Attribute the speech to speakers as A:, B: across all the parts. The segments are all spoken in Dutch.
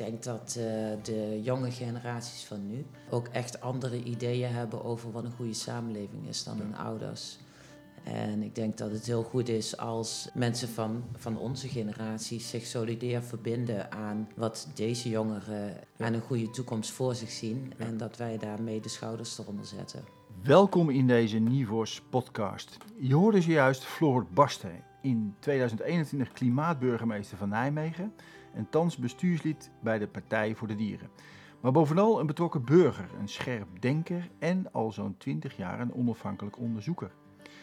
A: denk dat de jonge generaties van nu ook echt andere ideeën hebben over wat een goede samenleving is dan hun ouders. En ik denk dat het heel goed is als mensen van onze generatie zich solidair verbinden aan wat deze jongeren aan een goede toekomst voor zich zien. En dat wij daarmee de schouders eronder zetten.
B: Welkom in deze Nivos podcast. Je hoorde zojuist Floor Barsten, in 2021 klimaatburgemeester van Nijmegen en thans bestuurslid bij de Partij voor de Dieren. Maar bovenal een betrokken burger, een scherp denker en al zo'n 20 jaar een onafhankelijk onderzoeker.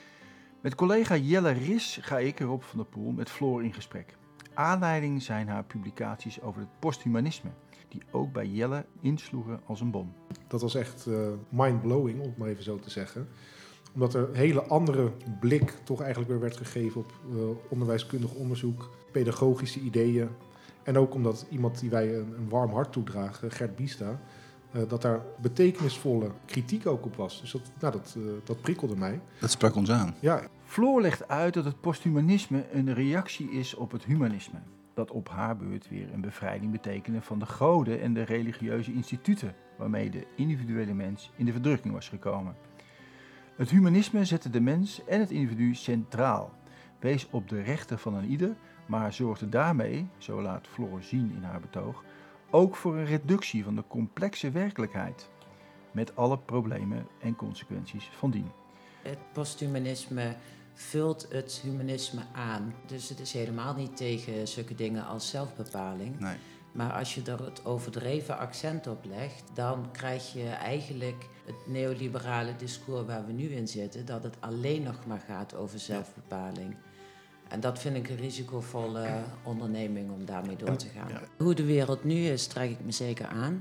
B: Met collega Jelle Ris ga ik, Rob van der Poel, met Floor in gesprek. Aanleiding zijn haar publicaties over het posthumanisme, die ook bij Jelle insloegen als een bom.
C: Dat was echt mind-blowing, om het maar even zo te zeggen. Omdat er een hele andere blik toch eigenlijk weer werd gegeven op onderwijskundig onderzoek, pedagogische ideeën. En ook omdat iemand die wij een warm hart toedragen, Gert Biesta, dat daar betekenisvolle kritiek ook op was. Dus dat prikkelde mij.
D: Dat sprak ons aan.
C: Ja.
B: Floor legt uit dat het posthumanisme een reactie is op het humanisme, dat op haar beurt weer een bevrijding betekende van de goden en de religieuze instituten, waarmee de individuele mens in de verdrukking was gekomen. Het humanisme zette de mens en het individu centraal, wees op de rechten van een ieder, maar zorgde daarmee, zo laat Floor zien in haar betoog, ook voor een reductie van de complexe werkelijkheid, met alle problemen en consequenties van dien.
A: Het posthumanisme vult het humanisme aan. Dus het is helemaal niet tegen zulke dingen als zelfbepaling.
D: Nee.
A: Maar als je er het overdreven accent op legt, dan krijg je eigenlijk het neoliberale discours waar we nu in zitten, dat het alleen nog maar gaat over zelfbepaling. En dat vind ik een risicovolle onderneming om daarmee door te gaan.
D: Ja.
A: Hoe de wereld nu is, trek ik me zeker aan.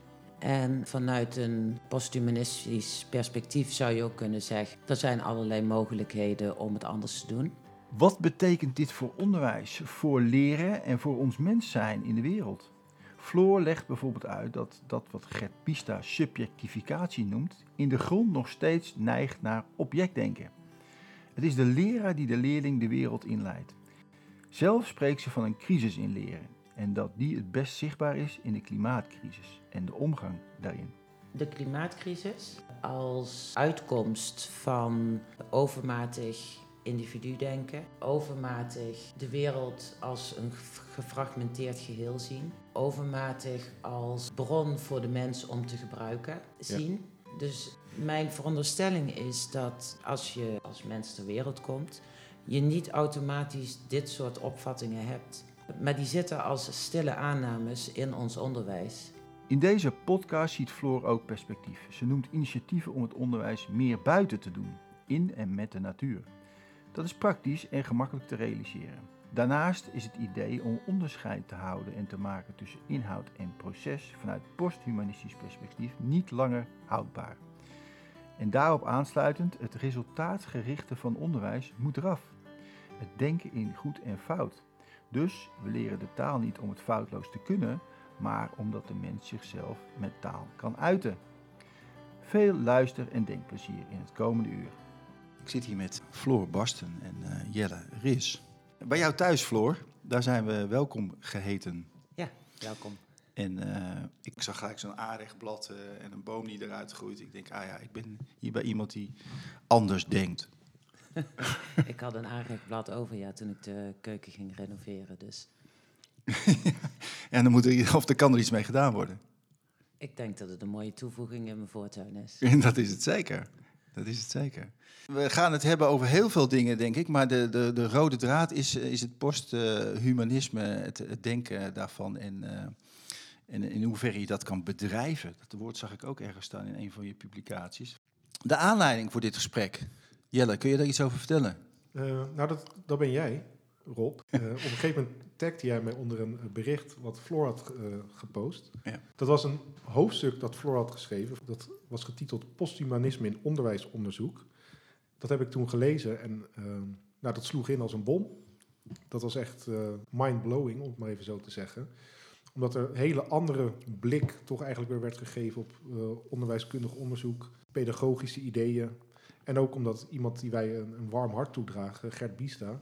A: En vanuit een posthumanistisch perspectief zou je ook kunnen zeggen, er zijn allerlei mogelijkheden om het anders te doen.
B: Wat betekent dit voor onderwijs, voor leren en voor ons mens zijn in de wereld? Floor legt bijvoorbeeld uit dat wat Gert Biesta subjectificatie noemt, in de grond nog steeds neigt naar objectdenken. Het is de leraar die de leerling de wereld inleidt. Zelf spreekt ze van een crisis in leren en dat die het best zichtbaar is in de klimaatcrisis en de omgang daarin.
A: De klimaatcrisis als uitkomst van overmatig individu-denken, overmatig de wereld als een gefragmenteerd geheel zien, overmatig als bron voor de mens om te gebruiken zien. Ja. Dus mijn veronderstelling is dat als je als mens ter wereld komt, je niet automatisch dit soort opvattingen hebt. Maar die zitten als stille aannames in ons onderwijs.
B: In deze podcast ziet Floor ook perspectief. Ze noemt initiatieven om het onderwijs meer buiten te doen, in en met de natuur. Dat is praktisch en gemakkelijk te realiseren. Daarnaast is het idee om onderscheid te houden en te maken tussen inhoud en proces vanuit posthumanistisch perspectief niet langer houdbaar. En daarop aansluitend, het resultaatgerichte van onderwijs moet eraf. Het denken in goed en fout. Dus we leren de taal niet om het foutloos te kunnen, maar omdat de mens zichzelf met taal kan uiten. Veel luister- en denkplezier in het komende uur.
D: Ik zit hier met Floor Barsten en Jelle Ris. Bij jou thuis, Floor, daar zijn we welkom geheten.
A: Ja, welkom.
D: En ik zag gelijk zo'n aanrechtblad en een boom die eruit groeit. Ik denk, ik ben hier bij iemand die anders denkt.
A: Ik had een aanrechtblad over, toen ik de keuken ging renoveren. Dus.
D: En dan kan er iets mee gedaan worden.
A: Ik denk dat het een mooie toevoeging in mijn voortuin is.
D: En dat is het zeker. Dat is het zeker. We gaan het hebben over heel veel dingen, denk ik. Maar de rode draad is het posthumanisme, het denken daarvan. En in hoeverre je dat kan bedrijven. Dat woord zag ik ook ergens staan in een van je publicaties. De aanleiding voor dit gesprek. Jelle, kun je daar iets over vertellen?
C: Dat ben jij, Rob. Op een gegeven moment tagde jij mij onder een bericht wat Floor had gepost. Ja. Dat was een hoofdstuk dat Floor had geschreven. Dat was getiteld Posthumanisme in onderwijsonderzoek. Dat heb ik toen gelezen en dat sloeg in als een bom. Dat was echt mind-blowing, om het maar even zo te zeggen. Omdat er een hele andere blik toch eigenlijk weer werd gegeven op onderwijskundig onderzoek, pedagogische ideeën. En ook omdat iemand die wij een warm hart toedragen, Gert Biesta,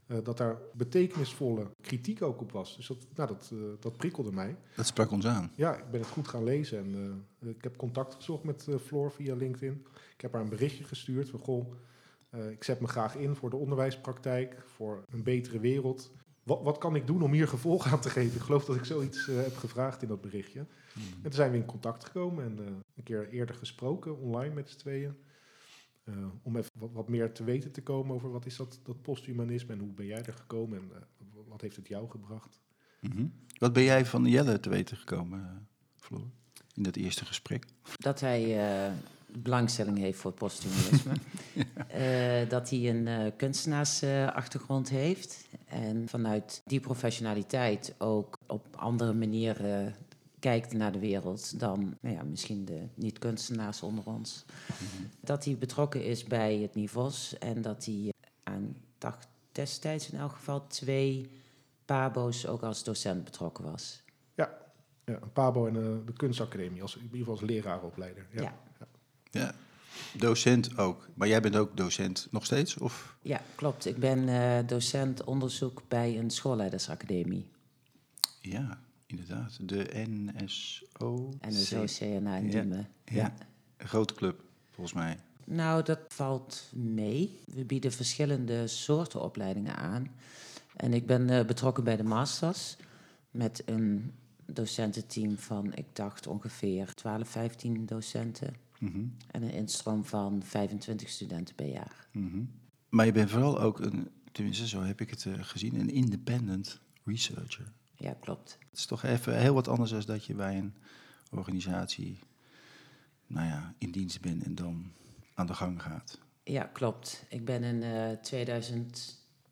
C: dat daar betekenisvolle kritiek ook op was. Dus dat prikkelde mij.
D: Dat sprak ons aan.
C: Ja, ik ben het goed gaan lezen en ik heb contact gezocht met Floor via LinkedIn. Ik heb haar een berichtje gestuurd van, ik zet me graag in voor de onderwijspraktijk, voor een betere wereld. Wat kan ik doen om hier gevolg aan te geven? Ik geloof dat ik zoiets heb gevraagd in dat berichtje. En toen zijn we in contact gekomen en een keer eerder gesproken, online met z'n tweeën. Om even wat meer te weten te komen over wat is dat posthumanisme en hoe ben jij er gekomen en wat heeft het jou gebracht.
D: Mm-hmm. Wat ben jij van Jelle te weten gekomen, Floor, in dat eerste gesprek?
A: Dat hij belangstelling heeft voor het posthumanisme. Dat hij een kunstenaarsachtergrond heeft. En vanuit die professionaliteit ook op andere manieren kijkt naar de wereld dan misschien de niet-kunstenaars onder ons. Mm-hmm. Dat hij betrokken is bij het NIVOS en dat hij destijds in elk geval 2 pabo's ook als docent betrokken was.
C: Ja, een pabo en de kunstacademie, in ieder geval als leraaropleider.
D: Ja, docent ook. Maar jij bent ook docent nog steeds? Of?
A: Ja, klopt. Ik ben docent onderzoek bij een schoolleidersacademie.
D: Ja, inderdaad. De NSO.
A: NSO-CNA in Diemen.
D: Ja, een grote club, volgens mij.
A: Nou, dat valt mee. We bieden verschillende soorten opleidingen aan. En ik ben betrokken bij de masters met een docententeam van, ik dacht ongeveer 12, 15 docenten. Mm-hmm. En een instroom van 25 studenten per jaar.
D: Mm-hmm. Maar je bent vooral ook tenminste zo heb ik het gezien, een independent researcher.
A: Ja, klopt.
D: Het is toch even heel wat anders dan dat je bij een organisatie in dienst bent en dan aan de gang gaat.
A: Ja, klopt. Ik ben in 2003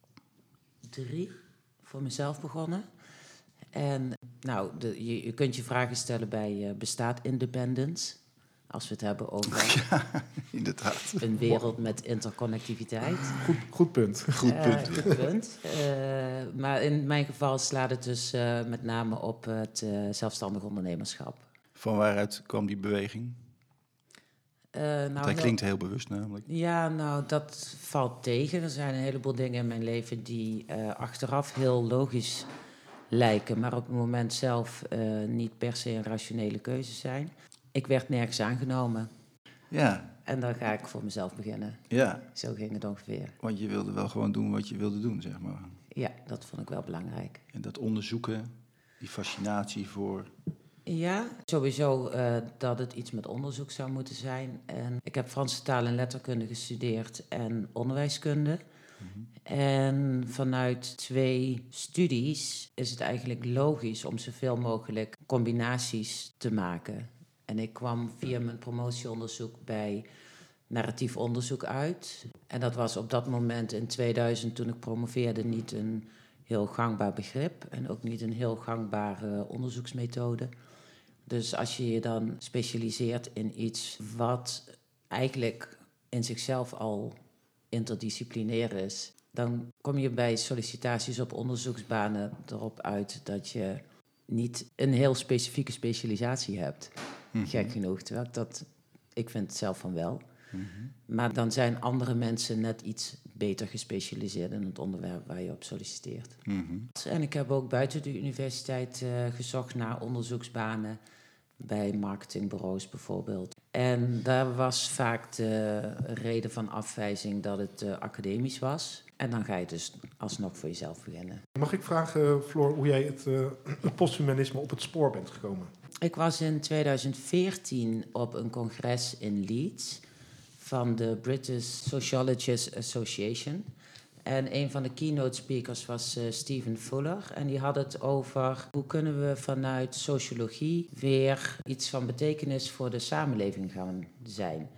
A: voor mezelf begonnen. En je kunt je vragen stellen bij bestaat independence? Als we het hebben over
D: inderdaad.
A: Een wereld met interconnectiviteit.
C: Goed punt.
D: Goed punt.
A: Maar in mijn geval slaat het dus met name op het zelfstandig ondernemerschap.
D: Van waaruit kwam die beweging? Hij klinkt heel bewust namelijk.
A: Ja, dat valt tegen. Er zijn een heleboel dingen in mijn leven die achteraf heel logisch lijken, maar op het moment zelf niet per se een rationele keuze zijn. Ik werd nergens aangenomen.
D: Ja.
A: En dan ga ik voor mezelf beginnen.
D: Ja.
A: Zo ging het ongeveer.
D: Want je wilde wel gewoon doen wat je wilde doen, zeg maar.
A: Ja, dat vond ik wel belangrijk.
D: En dat onderzoeken, die fascinatie voor...
A: Ja, sowieso dat het iets met onderzoek zou moeten zijn. En ik heb Franse taal en letterkunde gestudeerd en onderwijskunde. Mm-hmm. En vanuit 2 studies is het eigenlijk logisch om zoveel mogelijk combinaties te maken. En ik kwam via mijn promotieonderzoek bij narratief onderzoek uit. En dat was op dat moment in 2000, toen ik promoveerde, niet een heel gangbaar begrip. En ook niet een heel gangbare onderzoeksmethode. Dus als je je dan specialiseert in iets wat eigenlijk in zichzelf al interdisciplinair is, dan kom je bij sollicitaties op onderzoeksbanen erop uit dat je niet een heel specifieke specialisatie hebt. Mm-hmm. Gek genoeg, terwijl ik vind het zelf van wel. Mm-hmm. Maar dan zijn andere mensen net iets beter gespecialiseerd in het onderwerp waar je op solliciteert. Mm-hmm. En ik heb ook buiten de universiteit gezocht naar onderzoeksbanen bij marketingbureaus bijvoorbeeld. En daar was vaak de reden van afwijzing dat het academisch was. En dan ga je dus alsnog voor jezelf beginnen.
C: Mag ik vragen, Floor, hoe jij het posthumanisme op het spoor bent gekomen?
A: Ik was in 2014 op een congres in Leeds van de British Sociologists Association. En een van de keynote speakers was Stephen Fuller. En die had het over hoe kunnen we vanuit sociologie weer iets van betekenis voor de samenleving gaan zijn.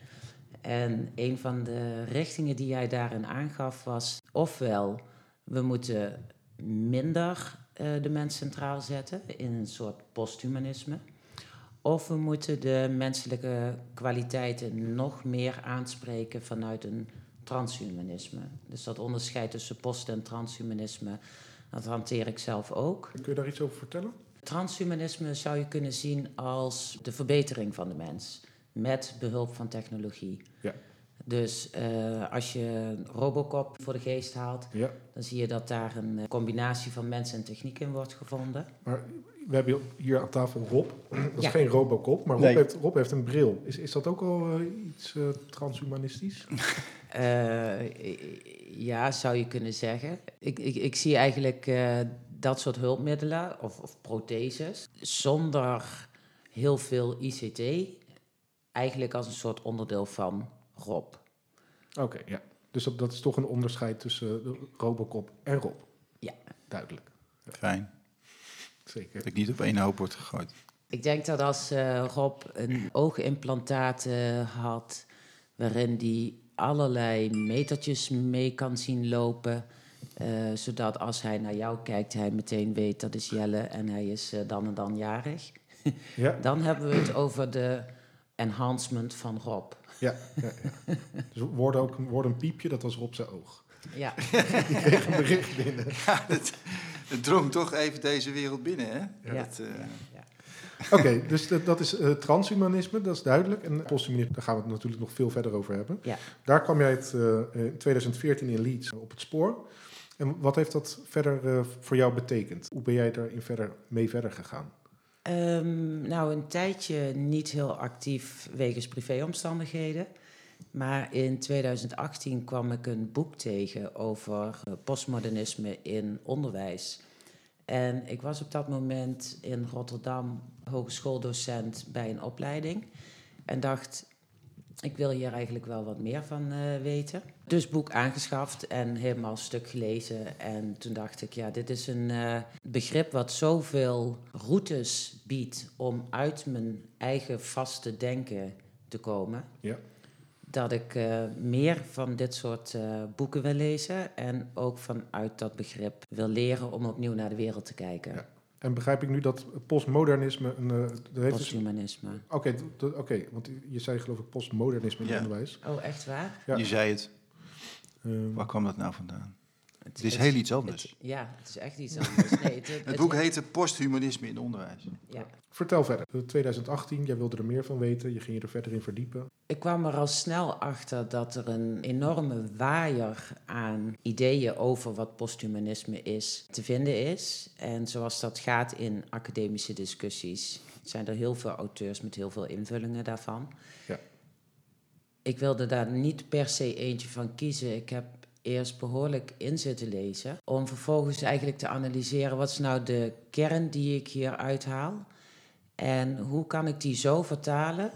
A: En een van de richtingen die hij daarin aangaf was, ofwel we moeten minder de mens centraal zetten in een soort posthumanisme, of we moeten de menselijke kwaliteiten nog meer aanspreken vanuit een transhumanisme. Dus dat onderscheid tussen post- en transhumanisme, dat hanteer ik zelf ook.
C: Kun je daar iets over vertellen?
A: Transhumanisme zou je kunnen zien als de verbetering van de mens met behulp van technologie.
C: Ja.
A: Dus als je Robocop voor de geest haalt, dan zie je dat daar een combinatie van mens en techniek in wordt gevonden.
C: Maar we hebben hier aan tafel Rob. Dat is
A: Ja.
C: geen Robocop, maar
D: Nee.
C: Rob heeft een bril. Is dat ook al iets transhumanistisch?
A: Ja, zou je kunnen zeggen. Ik zie eigenlijk dat soort hulpmiddelen of protheses zonder heel veel ICT eigenlijk als een soort onderdeel van Rob.
C: Oké, ja. Dus dat is toch een onderscheid tussen Robocop en Rob?
A: Ja.
C: Duidelijk.
D: Fijn.
C: Zeker.
D: Dat ik niet op één hoop wordt gegooid.
A: Ik denk dat als Rob een oogimplantaat had, waarin die allerlei metertjes mee kan zien lopen, zodat als hij naar jou kijkt, hij meteen weet dat is Jelle en hij is dan en dan jarig.
C: Ja.
A: Dan hebben we het over de enhancement van Rob.
C: Ja. Dus woorden een piepje, dat was Rob zijn oog.
A: Ja.
C: Die kreeg een bericht binnen.
D: Ja, het drong toch even deze wereld binnen, hè?
A: Ja.
D: Dat,
C: Oké, dus dat is transhumanisme, dat is duidelijk. En posthumanisme, daar gaan we het natuurlijk nog veel verder over hebben.
A: Ja.
C: Daar kwam jij in 2014 in Leeds op het spoor. En wat heeft dat verder voor jou betekend? Hoe ben jij daarin mee verder gegaan?
A: Nou, een tijdje niet heel actief wegens privéomstandigheden. Maar in 2018 kwam ik een boek tegen over postmodernisme in onderwijs. En ik was op dat moment in Rotterdam hogeschooldocent bij een opleiding. En dacht, ik wil hier eigenlijk wel wat meer van weten. Dus boek aangeschaft en helemaal stuk gelezen. En toen dacht ik, ja, dit is een begrip wat zoveel routes biedt om uit mijn eigen vaste denken te komen.
C: Ja.
A: Dat ik meer van dit soort boeken wil lezen en ook vanuit dat begrip wil leren om opnieuw naar de wereld te kijken.
C: Ja. En begrijp ik nu dat postmodernisme
A: Posthumanisme.
C: Oké, want je zei geloof ik postmodernisme in het onderwijs.
A: Oh, echt waar?
C: Ja.
D: Je zei het.
C: Ehm,
D: Waar kwam dat nou vandaan? Het is heel iets anders.
A: Het is echt iets anders. Nee,
D: Het boek heette Posthumanisme in onderwijs.
A: Ja.
C: Vertel verder. 2018, jij wilde er meer van weten. Je ging je er verder in verdiepen.
A: Ik kwam er al snel achter dat er een enorme waaier aan ideeën over wat posthumanisme is te vinden is. En zoals dat gaat in academische discussies, zijn er heel veel auteurs met heel veel invullingen daarvan.
C: Ja.
A: Ik wilde daar niet per se eentje van kiezen. Ik heb eerst behoorlijk in zitten lezen, om vervolgens eigenlijk te analyseren wat is nou de kern die ik hier uithaal. En hoe kan ik die zo vertalen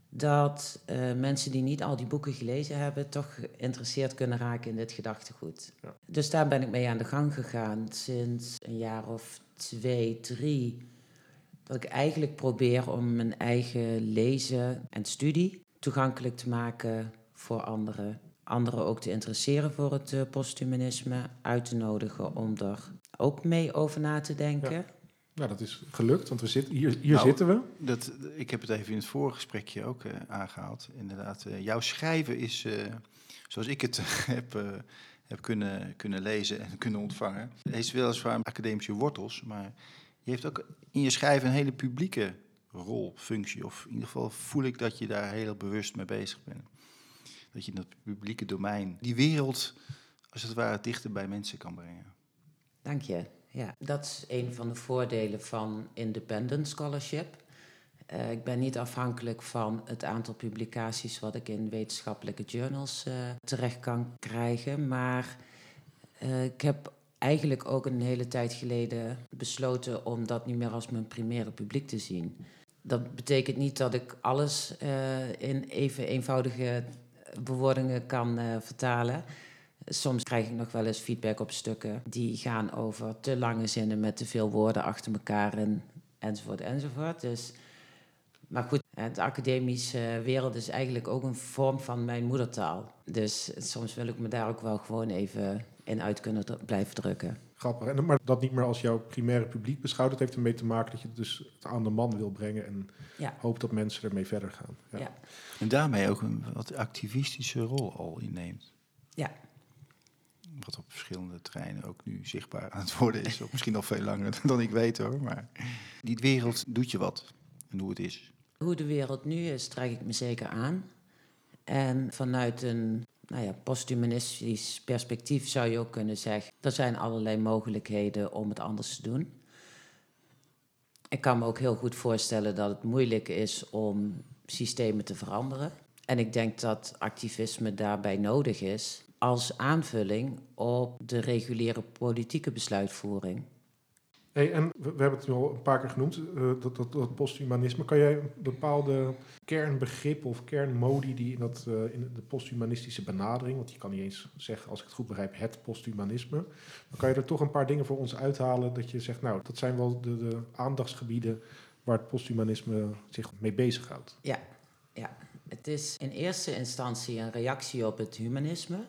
A: dat mensen die niet al die boeken gelezen hebben toch geïnteresseerd kunnen raken in dit gedachtegoed.
C: Ja.
A: Dus daar ben ik mee aan de gang gegaan sinds een jaar of 2, 3. Dat ik eigenlijk probeer om mijn eigen lezen en studie toegankelijk te maken voor anderen. Anderen ook te interesseren voor het posthumanisme, uit te nodigen om er ook mee over na te denken.
C: Ja. Nou, dat is gelukt, want hier zitten we.
D: Ik heb het even in het voorgesprekje ook aangehaald. Inderdaad, jouw schrijven is, zoals ik het heb kunnen lezen en kunnen ontvangen, heeft weliswaar academische wortels, maar je heeft ook in je schrijven een hele publieke rol, functie. Of in ieder geval voel ik dat je daar heel bewust mee bezig bent. Dat je in dat publieke domein die wereld, als het ware, dichter bij mensen kan brengen.
A: Dank je. Ja, dat is een van de voordelen van independent scholarship. Ik ben niet afhankelijk van het aantal publicaties wat ik in wetenschappelijke journals terecht kan krijgen. Maar ik heb eigenlijk ook een hele tijd geleden besloten om dat niet meer als mijn primaire publiek te zien. Dat betekent niet dat ik alles in even eenvoudige bewoordingen kan vertalen. Soms krijg ik nog wel eens feedback op stukken die gaan over te lange zinnen met te veel woorden achter elkaar enzovoort enzovoort. Dus, maar goed, de academische wereld is eigenlijk ook een vorm van mijn moedertaal. Dus soms wil ik me daar ook wel gewoon even in uit kunnen blijven drukken.
C: Grappig. Maar dat niet meer als jouw primaire publiek beschouwt, dat heeft ermee te maken dat je het dus aan de man wil brengen en hoopt dat mensen ermee verder gaan. Ja.
A: Ja.
D: En daarmee ook een wat activistische rol al inneemt.
A: Ja.
D: Wat op verschillende terreinen ook nu zichtbaar aan het worden is. Of misschien al veel langer dan ik weet hoor. Maar die wereld doet je wat. En hoe het is.
A: Hoe de wereld nu is, trek ik me zeker aan. En vanuit een posthumanistisch perspectief zou je ook kunnen zeggen, er zijn allerlei mogelijkheden om het anders te doen. Ik kan me ook heel goed voorstellen dat het moeilijk is om systemen te veranderen. En ik denk dat activisme daarbij nodig is als aanvulling op de reguliere politieke besluitvoering.
C: Hey, en we hebben het nu al een paar keer genoemd, dat posthumanisme. Kan jij een bepaalde kernbegrip of kernmodi die in de posthumanistische benadering, want je kan niet eens zeggen, als ik het goed begrijp, het posthumanisme. Maar kan je er toch een paar dingen voor ons uithalen dat je zegt, nou, dat zijn wel de aandachtsgebieden waar het posthumanisme zich mee bezighoudt?
A: Ja. Het is in eerste instantie een reactie op het humanisme.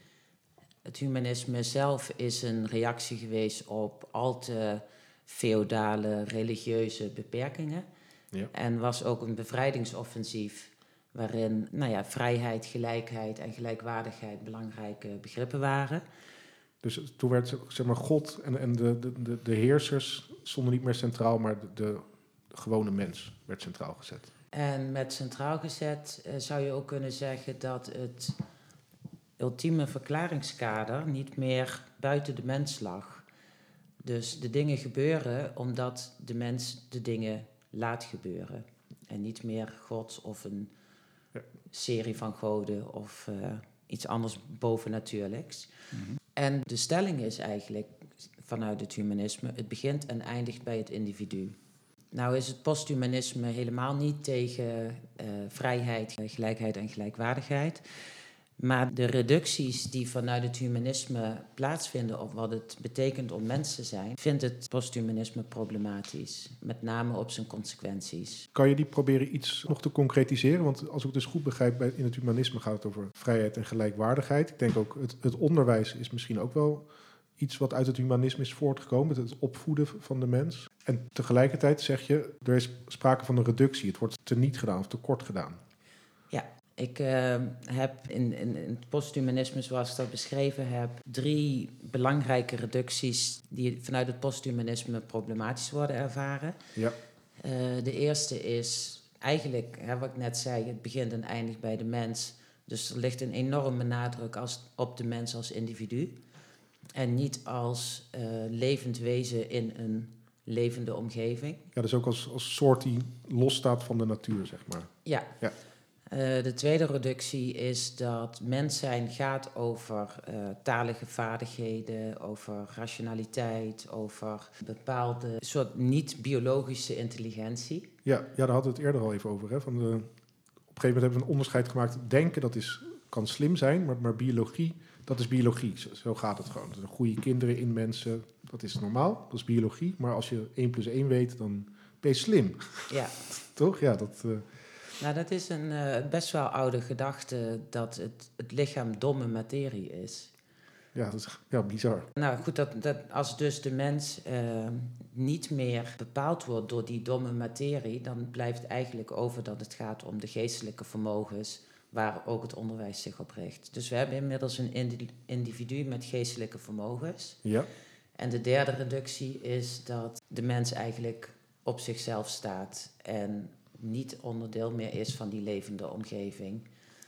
A: Het humanisme zelf is een reactie geweest op al te feodale religieuze beperkingen.
C: Ja.
A: En was ook een bevrijdingsoffensief waarin vrijheid, gelijkheid en gelijkwaardigheid belangrijke begrippen waren.
C: Dus toen werd God en de heersers stonden niet meer centraal, maar de gewone mens werd centraal gezet.
A: En met centraal gezet zou je ook kunnen zeggen dat het ultieme verklaringskader niet meer buiten de mens lag. Dus de dingen gebeuren omdat de mens de dingen laat gebeuren. En niet meer God of een serie van goden of iets anders bovennatuurlijks. Mm-hmm. En de stelling is eigenlijk vanuit het humanisme, het begint en eindigt bij het individu. Nou is het posthumanisme helemaal niet tegen vrijheid, gelijkheid en gelijkwaardigheid. Maar de reducties die vanuit het humanisme plaatsvinden op wat het betekent om mens te zijn, vindt het posthumanisme problematisch. Met name op zijn consequenties.
C: Kan je die proberen iets nog te concretiseren? Want als ik het dus goed begrijp, in het humanisme gaat het over vrijheid en gelijkwaardigheid. Ik denk ook, het onderwijs is misschien ook wel iets wat uit het humanisme is voortgekomen. Het opvoeden van de mens. En tegelijkertijd zeg je, er is sprake van een reductie. Het wordt teniet gedaan of tekort gedaan.
A: Ja. Ik heb in het posthumanisme, zoals ik dat beschreven heb, 3 belangrijke reducties die vanuit het posthumanisme problematisch worden ervaren.
C: Ja.
A: De eerste is eigenlijk, wat ik net zei, het begint en eindigt bij de mens. Dus er ligt een enorme nadruk op de mens als individu. En niet als levend wezen in een levende omgeving.
C: Ja, dus ook als soort die losstaat van de natuur, zeg maar.
A: Ja. De tweede reductie is dat mens zijn gaat over talige vaardigheden, over rationaliteit, over bepaalde soort niet-biologische intelligentie.
C: Ja, daar hadden we het eerder al even over. Hè? Op een gegeven moment hebben we een onderscheid gemaakt. Denken, kan slim zijn, maar biologie, dat is biologie. Zo gaat het gewoon. Er groeien kinderen in mensen, dat is normaal, dat is biologie. Maar als je 1 + 1 weet, dan ben je slim.
A: Ja.
C: Toch? Ja, dat...
A: Nou, dat is een best wel oude gedachte dat het lichaam domme materie is.
C: Ja, dat is bizar.
A: Nou goed, dat als dus de mens niet meer bepaald wordt door die domme materie, dan blijft eigenlijk over dat het gaat om de geestelijke vermogens waar ook het onderwijs zich op richt. Dus we hebben inmiddels een individu met geestelijke vermogens.
C: Ja.
A: En de derde reductie is dat de mens eigenlijk op zichzelf staat en niet onderdeel meer is van die levende omgeving.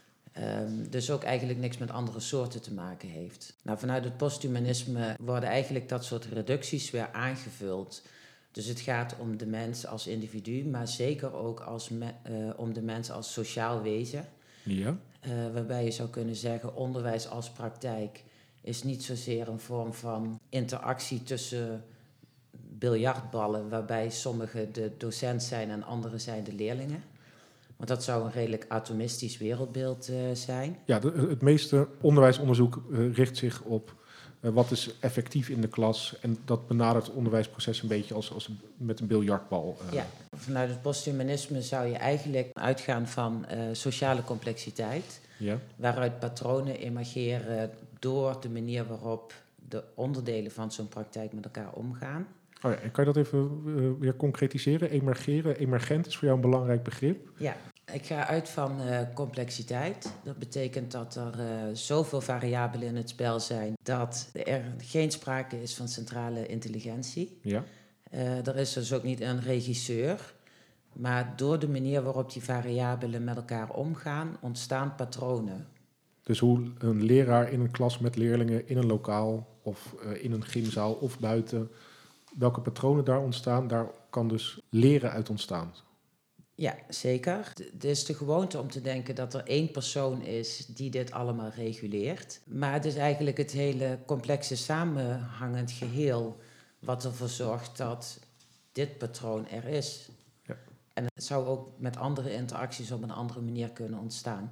A: Dus ook eigenlijk niks met andere soorten te maken heeft. Nou, vanuit het posthumanisme worden eigenlijk dat soort reducties weer aangevuld. Dus het gaat om de mens als individu, maar zeker ook om de mens als sociaal wezen.
C: Ja.
A: Waarbij je zou kunnen zeggen, onderwijs als praktijk is niet zozeer een vorm van interactie tussen biljartballen, waarbij sommigen de docent zijn en anderen zijn de leerlingen. Want dat zou een redelijk atomistisch wereldbeeld zijn.
C: Ja, het meeste onderwijsonderzoek richt zich op wat is effectief in de klas. En dat benadert het onderwijsproces een beetje als met een biljartbal.
A: Ja, vanuit het posthumanisme zou je eigenlijk uitgaan van sociale complexiteit.
C: Ja.
A: Waaruit patronen emergeren door de manier waarop de onderdelen van zo'n praktijk met elkaar omgaan.
C: Oh ja, en kan je dat even weer concretiseren? Emergeren, emergent is voor jou een belangrijk begrip.
A: Ja, ik ga uit van complexiteit. Dat betekent dat er zoveel variabelen in het spel zijn dat er geen sprake is van centrale intelligentie.
C: Ja.
A: Er is dus ook niet een regisseur Maar door de manier waarop die variabelen met elkaar omgaan, ontstaan patronen.
C: Dus hoe een leraar in een klas met leerlingen in een lokaal of in een gymzaal of buiten, welke patronen daar ontstaan, daar kan dus leren uit ontstaan.
A: Ja, zeker. Het is de gewoonte om te denken dat er één persoon is die dit allemaal reguleert. Maar het is eigenlijk het hele complexe samenhangend geheel wat ervoor zorgt dat dit patroon er is.
C: Ja.
A: En het zou ook met andere interacties op een andere manier kunnen ontstaan.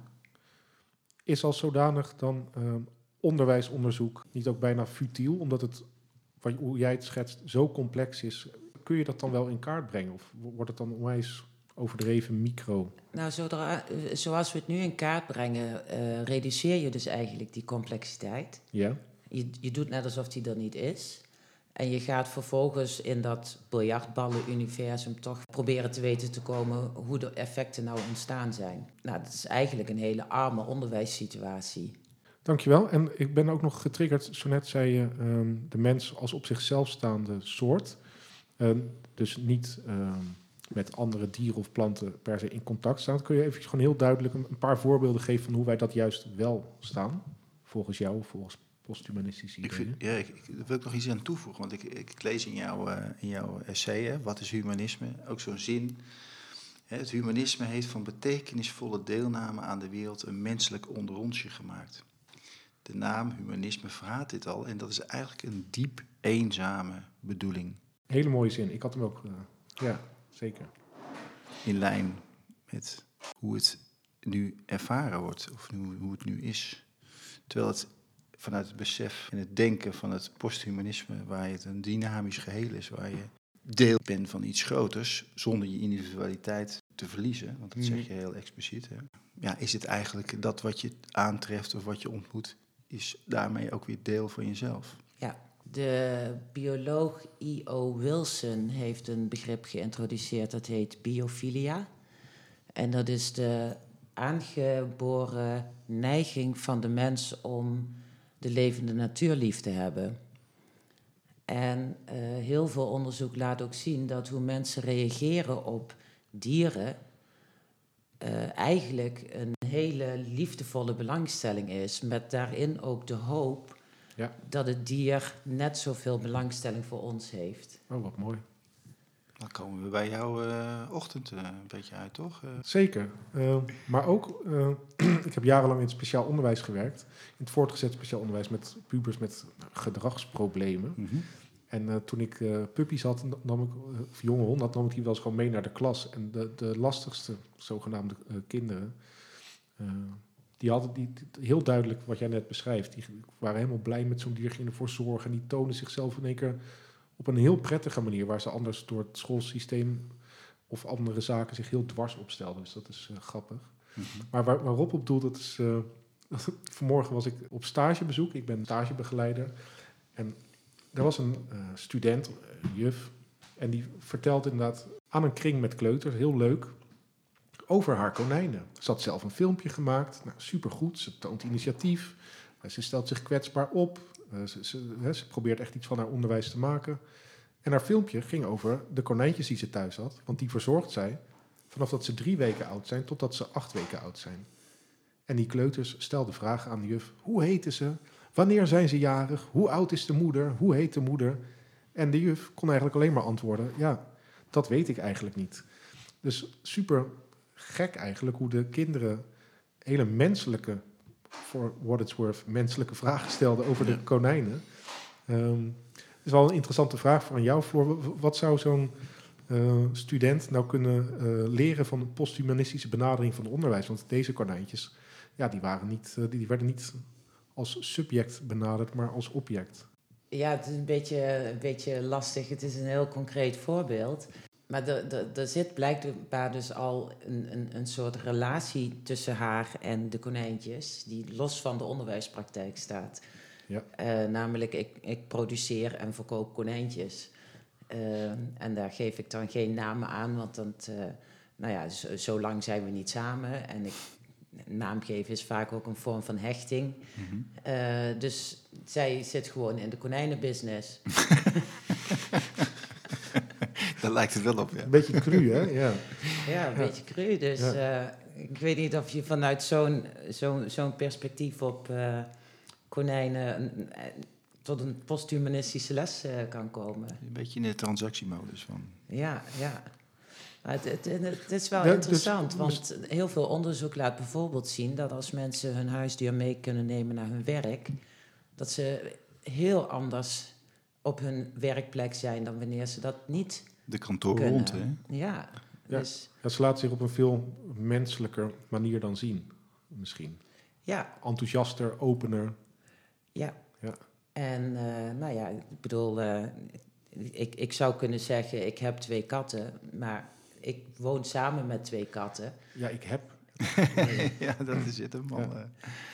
C: Is als zodanig dan onderwijsonderzoek niet ook bijna futiel, omdat het, hoe jij het schetst, zo complex is? Kun je dat dan wel in kaart brengen? Of wordt het dan onwijs overdreven micro?
A: Nou, zoals we het nu in kaart brengen, reduceer je dus eigenlijk die complexiteit.
C: Ja.
A: Je doet net alsof die er niet is. En je gaat vervolgens in dat biljartballen-universum toch proberen te weten te komen hoe de effecten nou ontstaan zijn. Nou, dat is eigenlijk een hele arme onderwijssituatie.
C: Dankjewel. En ik ben ook nog getriggerd, zo net zei je, de mens als op zichzelf staande soort. Dus niet met andere dieren of planten per se in contact staan. Kun je even gewoon heel duidelijk een paar voorbeelden geven van hoe wij dat juist wel staan? Volgens jou, volgens posthumanistische ideeën.
D: Daar wil ik nog iets aan toevoegen. Want ik lees in jouw essay, wat is humanisme? Ook zo'n zin. Het humanisme heeft van betekenisvolle deelname aan de wereld een menselijk onderonsje gemaakt. De naam humanisme verraadt dit al. En dat is eigenlijk een diep eenzame bedoeling.
C: Hele mooie zin. Ik had hem ook... ja, zeker.
D: In lijn met hoe het nu ervaren wordt. Of hoe het nu is. Terwijl het vanuit het besef en het denken van het posthumanisme, waar het een dynamisch geheel is, waar je deel bent van iets groters, zonder je individualiteit te verliezen, want dat zeg je heel expliciet. Hè? Ja, is het eigenlijk dat wat je aantreft of wat je ontmoet, is daarmee ook weer deel van jezelf?
A: Ja, de bioloog E.O. Wilson heeft een begrip geïntroduceerd, dat heet biofilia. En dat is de aangeboren neiging van de mens om de levende natuur lief te hebben. En heel veel onderzoek laat ook zien dat hoe mensen reageren op dieren eigenlijk een hele liefdevolle belangstelling is, met daarin ook de hoop dat het dier net zoveel belangstelling voor ons heeft.
C: Oh, wat mooi.
D: Dan komen we bij jouw ochtend een beetje uit, toch?
C: Zeker. Maar ook, ik heb jarenlang in het speciaal onderwijs gewerkt. In het voortgezet speciaal onderwijs met pubers met gedragsproblemen.
D: Mm-hmm.
C: En toen ik puppies had, of jonge honden had, nam ik die wel eens gewoon mee naar de klas. En de lastigste zogenaamde kinderen, die hadden die heel duidelijk wat jij net beschrijft. Die waren helemaal blij met zo'n dier, gingen ervoor zorgen. En die toonden zichzelf in één keer op een heel prettige manier, waar ze anders door het schoolsysteem of andere zaken zich heel dwars opstelden. Dus dat is grappig. Mm-hmm. Maar waar Rob op doelt, dat is... vanmorgen was ik op stagebezoek. Ik ben stagebegeleider. En er was een student, een juf, en die vertelt inderdaad aan een kring met kleuters, heel leuk, over haar konijnen. Ze had zelf een filmpje gemaakt, nou, supergoed, ze toont initiatief, ze stelt zich kwetsbaar op, ze probeert echt iets van haar onderwijs te maken. En haar filmpje ging over de konijntjes die ze thuis had, want die verzorgt zij vanaf dat ze 3 weken oud zijn totdat ze 8 weken oud zijn. En die kleuters stelden vragen aan de juf, hoe heten ze? Wanneer zijn ze jarig? Hoe oud is de moeder? Hoe heet de moeder? En de juf kon eigenlijk alleen maar antwoorden, ja, dat weet ik eigenlijk niet. Dus super gek eigenlijk hoe de kinderen hele menselijke, for what it's worth, menselijke vragen stelden over de konijnen. Het is wel een interessante vraag van jou, Floor. Wat zou zo'n student nou kunnen leren van een posthumanistische benadering van het onderwijs? Want deze konijntjes, ja, die werden niet als subject benaderd, maar als object.
A: Ja, het is een beetje lastig. Het is een heel concreet voorbeeld. Maar er zit blijkbaar dus al een soort relatie tussen haar en de konijntjes, die los van de onderwijspraktijk staat. Ja. Namelijk, ik produceer en verkoop konijntjes. En daar geef ik dan geen namen aan, want zo lang zijn we niet samen. En naam geven is vaak ook een vorm van hechting. Mm-hmm. Dus zij zit gewoon in de konijnenbusiness.
D: Daar lijkt het wel op, ja.
C: Een beetje cru, hè? Ja.
A: Ja, een beetje cru. Dus ik weet niet of je vanuit zo'n perspectief op konijnen tot een posthumanistische les kan komen.
D: Een beetje in de transactiemodus van.
A: Ja. Maar het is wel
C: Ja,
A: interessant, want heel veel onderzoek laat bijvoorbeeld zien dat als mensen hun huisdier mee kunnen nemen naar hun werk, dat ze heel anders op hun werkplek zijn dan wanneer ze dat niet
D: De kantoor
A: kunnen.
D: rond, hè?
A: Ja,
C: Ja.
A: dus
C: Ja, ze laten zich op een veel menselijker manier dan zien, misschien.
A: ja.
C: Enthousiaster, opener.
A: Ja.
C: Ja.
A: En ik bedoel, ik zou kunnen zeggen, ik heb 2 katten, maar ik woon samen met 2 katten.
C: Ja, ik heb.
D: Ja, dat is het hem al.
C: Ja.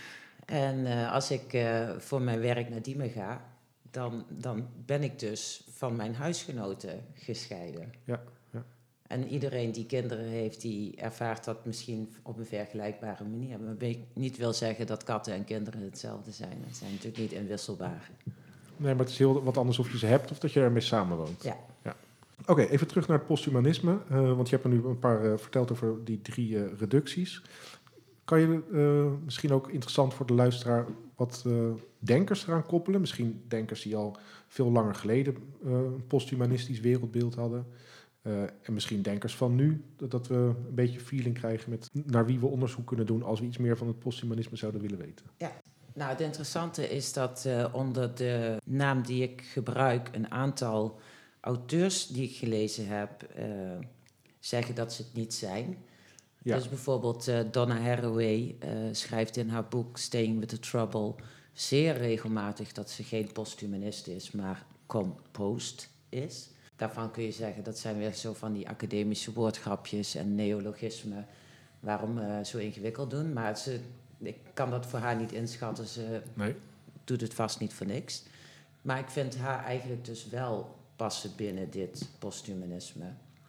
A: En als ik voor mijn werk naar Diemen ga, dan ben ik dus van mijn huisgenoten gescheiden.
C: Ja.
A: En iedereen die kinderen heeft, die ervaart dat misschien op een vergelijkbare manier. Maar ik niet wil zeggen dat katten en kinderen hetzelfde zijn. Dat zijn natuurlijk niet inwisselbaar.
C: Nee, maar het is heel wat anders of je ze hebt of dat je ermee samenwoont.
A: Ja.
C: Oké, even terug naar het posthumanisme. Want je hebt er nu een paar verteld over die 3 reducties. Kan je misschien ook interessant voor de luisteraar wat denkers eraan koppelen? Misschien denkers die al veel langer geleden een posthumanistisch wereldbeeld hadden. En misschien denkers van nu, dat we een beetje feeling krijgen met naar wie we onderzoek kunnen doen als we iets meer van het posthumanisme zouden willen weten.
A: Nou, het interessante is dat onder de naam die ik gebruik een aantal auteurs die ik gelezen heb zeggen dat ze het niet zijn.
C: Ja.
A: Dus bijvoorbeeld Donna Haraway schrijft in haar boek Staying with the Trouble zeer regelmatig dat ze geen posthumanist is, maar compost is. Daarvan kun je zeggen dat zijn weer zo van die academische woordgrapjes en neologismen waarom zo ingewikkeld doen. Maar ik kan dat voor haar niet inschatten. Ze doet het vast niet voor niks. Maar ik vind haar eigenlijk dus wel passen binnen dit posthumanisme.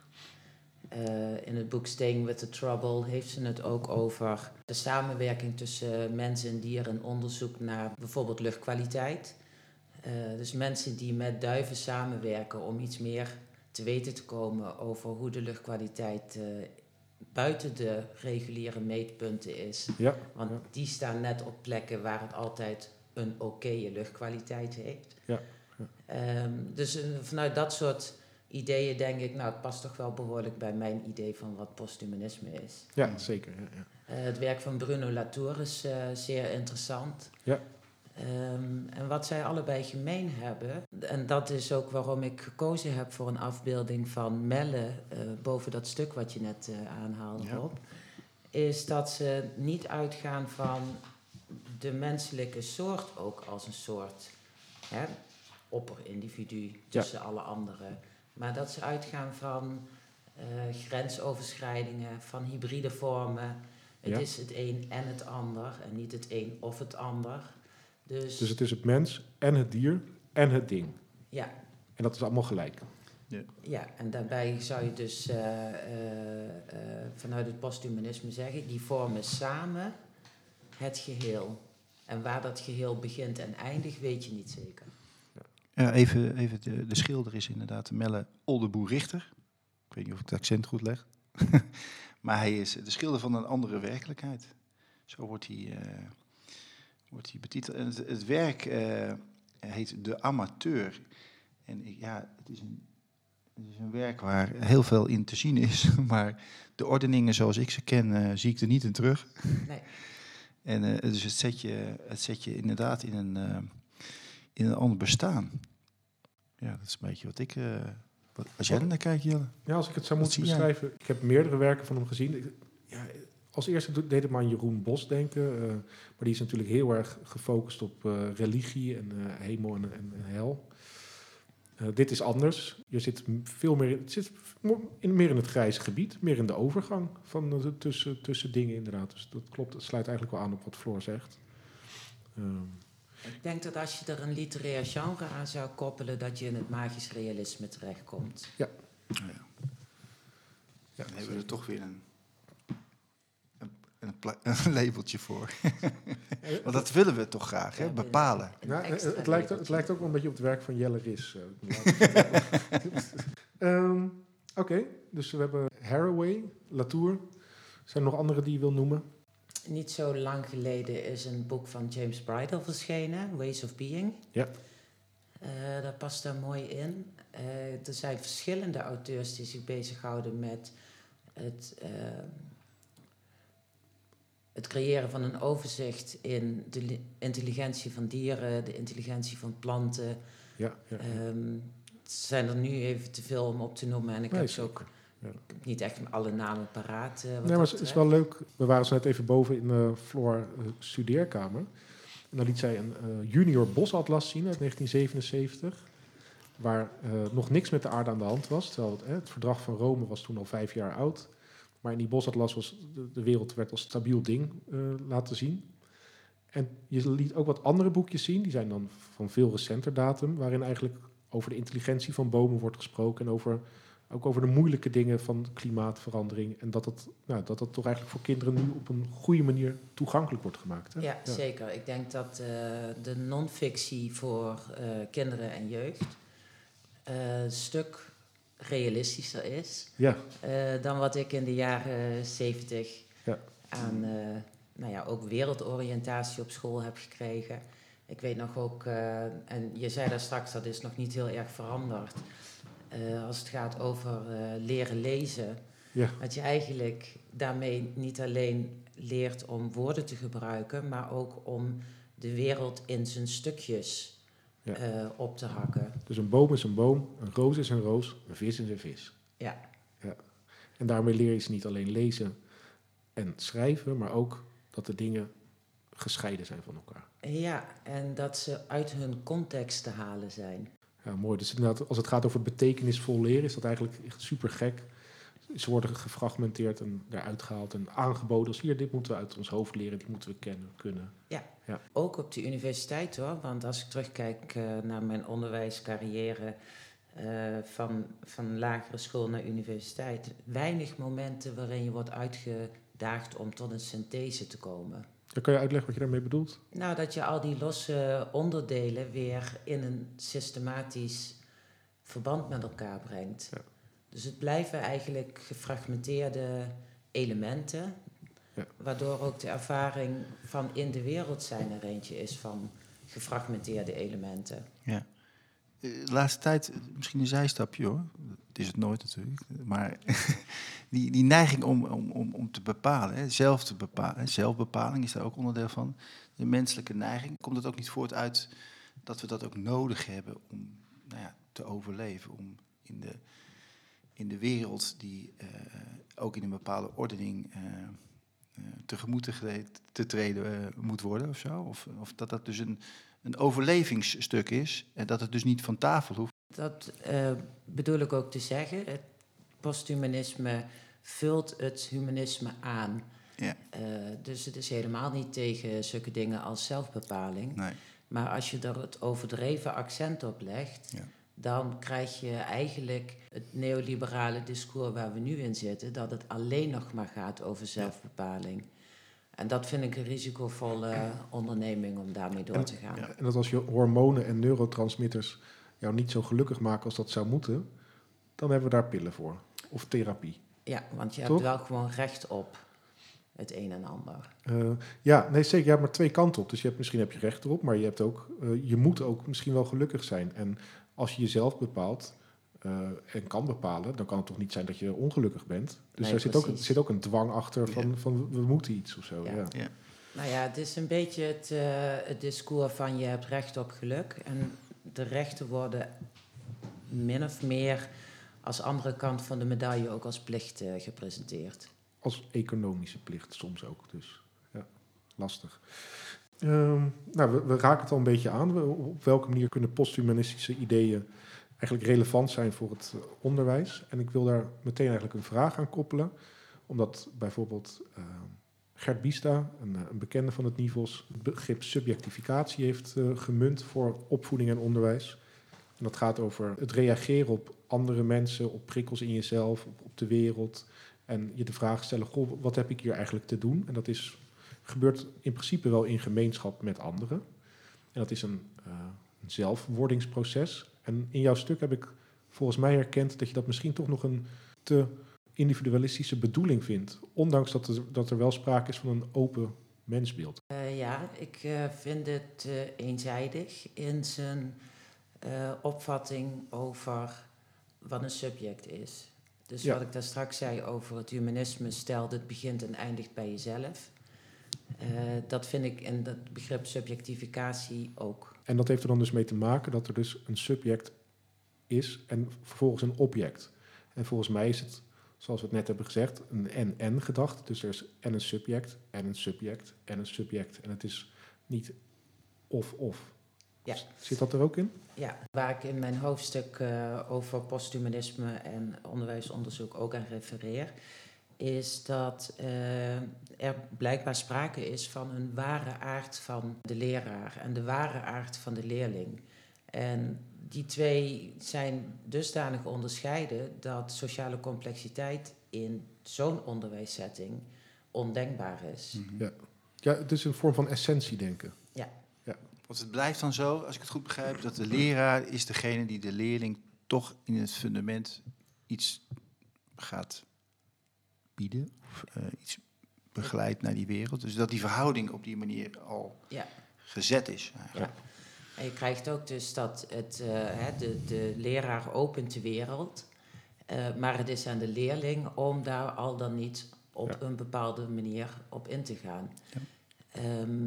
A: In het boek Staying with the Trouble heeft ze het ook over de samenwerking tussen mensen en dieren en onderzoek naar bijvoorbeeld luchtkwaliteit. Dus mensen die met duiven samenwerken om iets meer te weten te komen over hoe de luchtkwaliteit buiten de reguliere meetpunten is.
C: Ja.
A: Want die staan net op plekken waar het altijd een oké luchtkwaliteit heeft.
C: Ja.
A: Dus vanuit dat soort ideeën denk ik, nou, het past toch wel behoorlijk bij mijn idee van wat posthumanisme is.
C: Ja, zeker. Ja.
A: Het werk van Bruno Latour is zeer interessant.
C: Ja.
A: En wat zij allebei gemeen hebben, en dat is ook waarom ik gekozen heb voor een afbeelding van Melle boven dat stuk wat je net aanhaalde, Rob, is dat ze niet uitgaan van de menselijke soort ook als een soort opperindividu tussen alle anderen. Maar dat ze uitgaan van grensoverschrijdingen, van hybride vormen. Het is het een en het ander en niet het een of het ander. Dus
C: het is het mens en het dier en het ding.
A: Ja.
C: En dat is allemaal gelijk.
A: Ja, en daarbij zou je dus vanuit het posthumanisme zeggen, die vormen samen het geheel. En waar dat geheel begint en eindigt, weet je niet zeker.
D: Ja, even de schilder is inderdaad Melle Oldeboer-Richter. Ik weet niet of ik het accent goed leg. Maar hij is de schilder van een andere werkelijkheid. Zo wordt hij betiteld. En het werk heet De Amateur. En het is een werk waar heel veel in te zien is. Maar de ordeningen zoals ik ze ken, zie ik er niet in terug.
A: Nee.
D: En dus het zet je inderdaad in een ander bestaan. Ja, dat is een beetje wat ik... als jij er naar kijkt, Jelle.
C: Ja, als ik het zou moeten beschrijven... Ik heb meerdere werken van hem gezien. Als eerste deed het me aan Jeroen Bos denken. Maar die is natuurlijk heel erg gefocust op religie en hemel en hel. Dit is anders. Je zit veel meer... Het zit meer in het grijze gebied. Meer in de overgang van tussen dingen inderdaad. Dus dat klopt. Het sluit eigenlijk wel aan op wat Floor zegt.
A: Ik denk dat als je er een literair genre aan zou koppelen, dat je in het magisch realisme terechtkomt.
C: Ja.
D: Dan hebben we er toch weer een labeltje voor. Want dat willen we toch graag, hè? Bepalen.
C: Ja, het lijkt ook wel een beetje op het werk van Jelle Ris. Oké, dus we hebben Haraway, Latour. Zijn er nog andere die je wil noemen?
A: Niet zo lang geleden is een boek van James Bridle verschenen, Ways of Being.
C: Ja.
A: Dat past daar mooi in. Er zijn verschillende auteurs die zich bezighouden met het creëren van een overzicht in de intelligentie van dieren, de intelligentie van planten.
C: Ja.
A: Het zijn er nu even te veel om op te noemen en ik heb ze ook niet echt alle namen paraat.
C: Nee, maar het is wel leuk. We waren zo net even boven in de Floor studeerkamer. En dan liet zij een junior bosatlas zien uit 1977. Waar nog niks met de aarde aan de hand was. Terwijl het verdrag van Rome was toen al 5 jaar oud. Maar in die bosatlas was de wereld werd als stabiel ding laten zien. En je liet ook wat andere boekjes zien. Die zijn dan van veel recenter datum. Waarin eigenlijk over de intelligentie van bomen wordt gesproken. En ook over de moeilijke dingen van klimaatverandering. En dat het toch eigenlijk voor kinderen nu op een goede manier toegankelijk wordt gemaakt. Hè?
A: Ja, zeker. Ik denk dat de non-fictie voor kinderen en jeugd een stuk realistischer is dan wat ik in de jaren 70 aan ook wereldoriëntatie op school heb gekregen. Ik weet nog ook, en je zei daar straks, dat is nog niet heel erg veranderd. Als het gaat over leren lezen, dat je eigenlijk daarmee niet alleen leert om woorden te gebruiken, maar ook om de wereld in zijn stukjes op te hakken.
C: Dus een boom is een boom, een roos is een roos, een vis is een vis.
A: Ja.
C: En daarmee leer je ze niet alleen lezen en schrijven, maar ook dat de dingen gescheiden zijn van elkaar.
A: Ja, en dat ze uit hun context te halen zijn.
C: Ja, mooi. Dus inderdaad, als het gaat over betekenisvol leren, is dat eigenlijk echt super gek. Ze worden gefragmenteerd en eruit gehaald en aangeboden als hier, dit moeten we uit ons hoofd leren, dit moeten we kunnen.
A: Ja, ook op de universiteit hoor. Want als ik terugkijk naar mijn onderwijscarrière van lagere school naar universiteit, weinig momenten waarin je wordt uitgedaagd om tot een synthese te komen.
C: Dan kan je uitleggen wat je daarmee bedoelt?
A: Nou, dat je al die losse onderdelen weer in een systematisch verband met elkaar brengt. Ja. Dus het blijven eigenlijk gefragmenteerde elementen, waardoor ook de ervaring van in de wereld zijn er eentje is van gefragmenteerde elementen.
D: Ja. De laatste tijd, misschien een zijstapje hoor, het is het nooit natuurlijk, maar die neiging om te bepalen, zelf te bepalen, zelfbepaling is daar ook onderdeel van, de menselijke neiging, komt het ook niet voort uit dat we dat ook nodig hebben om te overleven, om in de wereld die ook in een bepaalde ordening tegemoet te treden moet worden of zo, of dat dus een overlevingsstuk is en dat het dus niet van tafel hoeft.
A: Dat bedoel ik ook te zeggen. Het posthumanisme vult het humanisme aan.
D: Ja.
A: Dus het is helemaal niet tegen zulke dingen als zelfbepaling.
D: Nee.
A: Maar als je er het overdreven accent op legt, dan krijg je eigenlijk het neoliberale discours waar we nu in zitten, dat het alleen nog maar gaat over zelfbepaling. En dat vind ik een risicovolle onderneming om daarmee door te gaan.
C: En dat als je hormonen en neurotransmitters jou niet zo gelukkig maken als dat zou moeten, dan hebben we daar pillen voor. Of therapie.
A: Ja, want je hebt wel gewoon recht op het een en ander.
C: Zeker. Je hebt maar 2 kanten op. Dus misschien heb je recht erop, maar je hebt ook, je moet ook misschien wel gelukkig zijn. En als je jezelf bepaalt en kan bepalen, dan kan het toch niet zijn dat je ongelukkig bent. Dus
A: nee,
C: er zit ook een dwang achter van we moeten iets of zo.
A: Ja. Nou ja, het is een beetje het discours van je hebt recht op geluk. En de rechten worden min of meer als andere kant van de medaille ook als plicht gepresenteerd.
C: Als economische plicht soms ook, dus lastig. We raken het al een beetje aan. Op welke manier kunnen posthumanistische ideeën eigenlijk relevant zijn voor het onderwijs? En ik wil daar meteen eigenlijk een vraag aan koppelen. Omdat bijvoorbeeld Gert Biesta, een bekende van het NIVOS, het begrip subjectificatie heeft gemunt voor opvoeding en onderwijs. En dat gaat over het reageren op andere mensen, op prikkels in jezelf, op de wereld. En je de vraag stellen, wat heb ik hier eigenlijk te doen? En dat gebeurt in principe wel in gemeenschap met anderen. En dat is een zelfwordingsproces. En in jouw stuk heb ik volgens mij herkend dat je dat misschien toch nog een te individualistische bedoeling vindt. Ondanks dat er wel sprake is van een open mensbeeld.
A: Ik vind het eenzijdig in zijn opvatting over wat een subject is. Dus wat ik daar straks zei over het humanisme stelt, het begint en eindigt bij jezelf. Dat vind ik in dat begrip subjectificatie ook.
C: En dat heeft er dan dus mee te maken dat er dus een subject is en vervolgens een object. En volgens mij is het, zoals we het net hebben gezegd, een en-en gedachte. Dus er is en een subject, en een subject, en een subject. En het is niet of-of.
A: Ja.
C: Zit dat er ook in?
A: Ja, waar ik in mijn hoofdstuk over posthumanisme en onderwijsonderzoek ook aan refereer, is dat er blijkbaar sprake is van een ware aard van de leraar en de ware aard van de leerling. En die twee zijn dusdanig onderscheiden dat sociale complexiteit in zo'n onderwijssetting ondenkbaar is.
C: Mm-hmm. Ja, het is een vorm van essentiedenken.
A: Ja.
D: Want het blijft dan zo, als ik het goed begrijp, dat de leraar is degene die de leerling toch in het fundament iets gaat bieden, of iets begeleidt naar die wereld. Dus dat die verhouding op die manier al gezet is. Eigenlijk.
A: Ja. En je krijgt ook dus dat de leraar opent de wereld, maar het is aan de leerling om daar al dan niet op een bepaalde manier op in te gaan. Ja.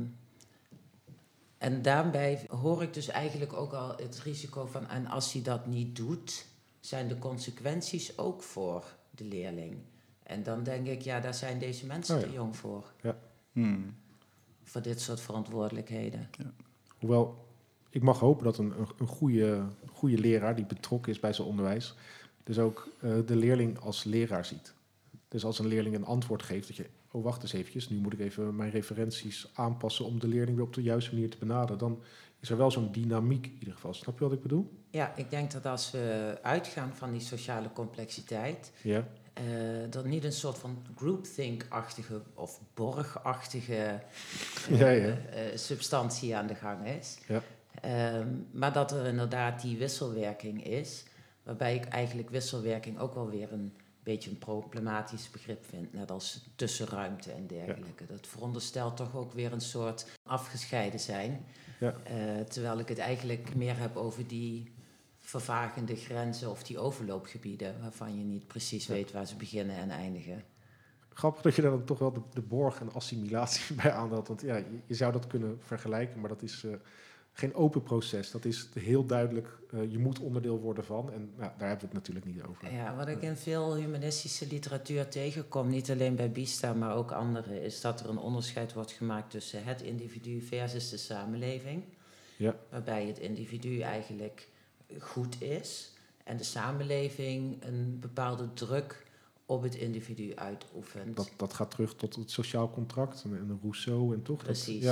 A: En daarbij hoor ik dus eigenlijk ook al het risico van, en als hij dat niet doet, zijn de consequenties ook voor de leerling. En dan denk ik, daar zijn deze mensen te jong voor.
C: Ja.
A: Voor dit soort verantwoordelijkheden.
C: Ja. Hoewel, ik mag hopen dat een goede leraar die betrokken is bij zijn onderwijs, dus ook de leerling als leraar ziet. Dus als een leerling een antwoord geeft, dat je, oh wacht eens eventjes, nu moet ik even mijn referenties aanpassen om de leerling weer op de juiste manier te benaderen. Dan is er wel zo'n dynamiek in ieder geval. Snap je wat ik bedoel?
A: Ja, ik denk dat als we uitgaan van die sociale complexiteit, dat niet een soort van groupthink-achtige of borgachtige substantie aan de gang is. Ja. Maar dat er inderdaad die wisselwerking is, waarbij ik eigenlijk wisselwerking ook wel weer een beetje een problematisch begrip vind, net als tussenruimte en dergelijke. Ja. Dat veronderstelt toch ook weer een soort afgescheiden zijn, terwijl ik het eigenlijk meer heb over die vervagende grenzen of die overloopgebieden, waarvan je niet precies weet waar ze beginnen en eindigen.
C: Grappig dat je daar dan toch wel de borg en assimilatie bij aanhaalt, want je zou dat kunnen vergelijken, maar dat is geen open proces. Dat is heel duidelijk, je moet onderdeel worden van. En daar hebben we het natuurlijk niet over.
A: Ja, wat ik in veel humanistische literatuur tegenkom, niet alleen bij Bista, maar ook anderen, is dat er een onderscheid wordt gemaakt tussen het individu versus de samenleving. Ja. Waarbij het individu eigenlijk goed is en de samenleving een bepaalde druk op het individu uitoefent.
C: Dat gaat terug tot het sociaal contract en Rousseau en toch?
A: Precies.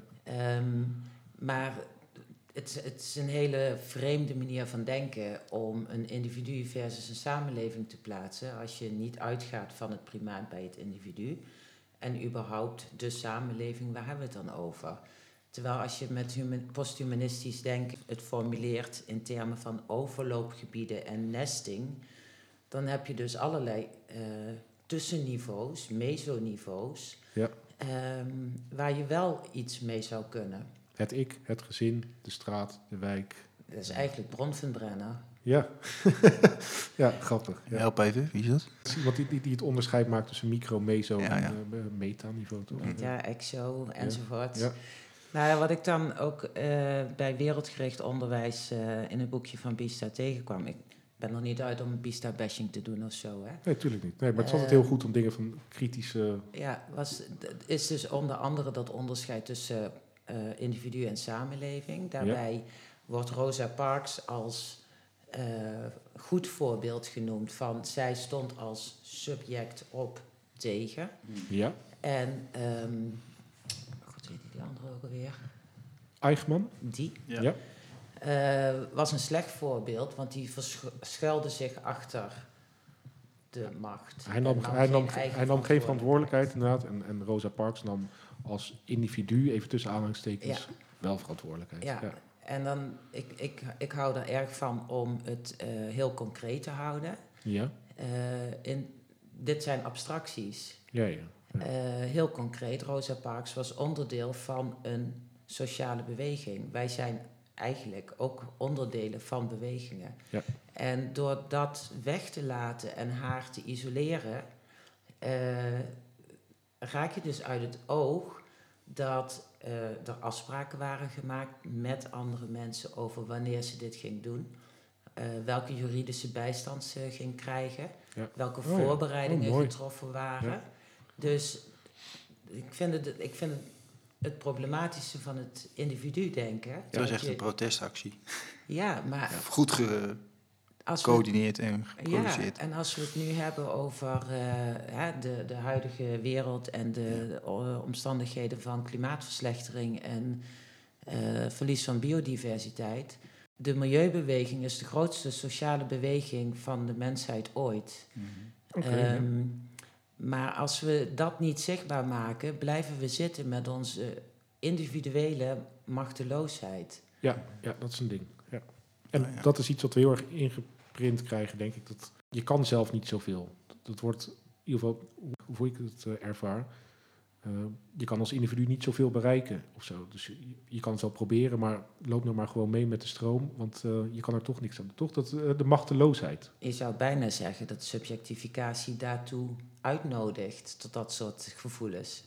A: Maar het is een hele vreemde manier van denken om een individu versus een samenleving te plaatsen als je niet uitgaat van het primaat bij het individu. En überhaupt de samenleving, waar hebben we het dan over? Terwijl als je met posthumanistisch denken het formuleert in termen van overloopgebieden en nesting, dan heb je dus allerlei tussenniveaus, mesoniveaus, waar je wel iets mee zou kunnen.
C: Het ik, het gezin, de straat, de wijk.
A: Dat is eigenlijk Bronfenbrenner.
C: Ja, ja, grappig. Ja.
D: Help even, wie is dat?
C: Het is iemand die het onderscheid maakt tussen micro, meso en metaniveau. Toch?
A: Ja, exo enzovoort. Ja. Nou, wat ik dan ook bij wereldgericht onderwijs in het boekje van Bista tegenkwam. Ik ben nog niet uit om Bista-bashing te doen of zo. Hè?
C: Nee, tuurlijk niet. Nee, maar het is altijd heel goed om dingen van kritische...
A: Ja, is dus onder andere dat onderscheid tussen individu en samenleving. Daarbij wordt Rosa Parks als goed voorbeeld genoemd van... zij stond als subject op tegen.
C: Ja.
A: En... God, weet je die andere ook alweer?
C: Eichmann?
A: Die.
C: Ja.
A: Was een slecht voorbeeld, want die verschuilde zich achter de macht.
C: Hij nam geen verantwoordelijkheid, inderdaad. En Rosa Parks nam als individu, even tussen aanhalingstekens, wel verantwoordelijkheid.
A: Ja. En dan, ik hou er erg van om het heel concreet te houden.
C: Ja.
A: Dit zijn abstracties.
C: Ja.
A: Heel concreet, Rosa Parks was onderdeel van een sociale beweging. Wij zijn eigenlijk ook onderdelen van bewegingen.
C: Ja.
A: En door dat weg te laten en haar te isoleren, raak je dus uit het oog dat er afspraken waren gemaakt met andere mensen over wanneer ze dit ging doen. Welke juridische bijstand ze ging krijgen.
C: Ja.
A: Welke voorbereidingen getroffen waren.
C: Ja.
A: Dus ik vind het problematische van het individu-denken.
D: Het was echt een protestactie.
A: Ja, maar
D: Goed gecoördineerd en geproduceerd.
A: Ja, en als we het nu hebben over de huidige wereld en de omstandigheden van klimaatverslechtering en verlies van biodiversiteit. De milieubeweging is de grootste sociale beweging van de mensheid ooit. Maar als we dat niet zichtbaar maken, blijven we zitten met onze individuele machteloosheid.
C: Ja, dat is een ding. Ja. En dat is iets wat we heel erg ingeprint krijgen, denk ik. Dat je kan zelf niet zoveel. Dat wordt, in ieder geval, hoe ik het ervaar, je kan als individu niet zoveel bereiken of zo. Dus je kan het wel proberen, maar loop nou maar gewoon mee met de stroom, want je kan er toch niks aan doen. Toch de machteloosheid.
A: Je zou bijna zeggen dat subjectificatie daartoe uitnodigt, tot dat soort gevoelens.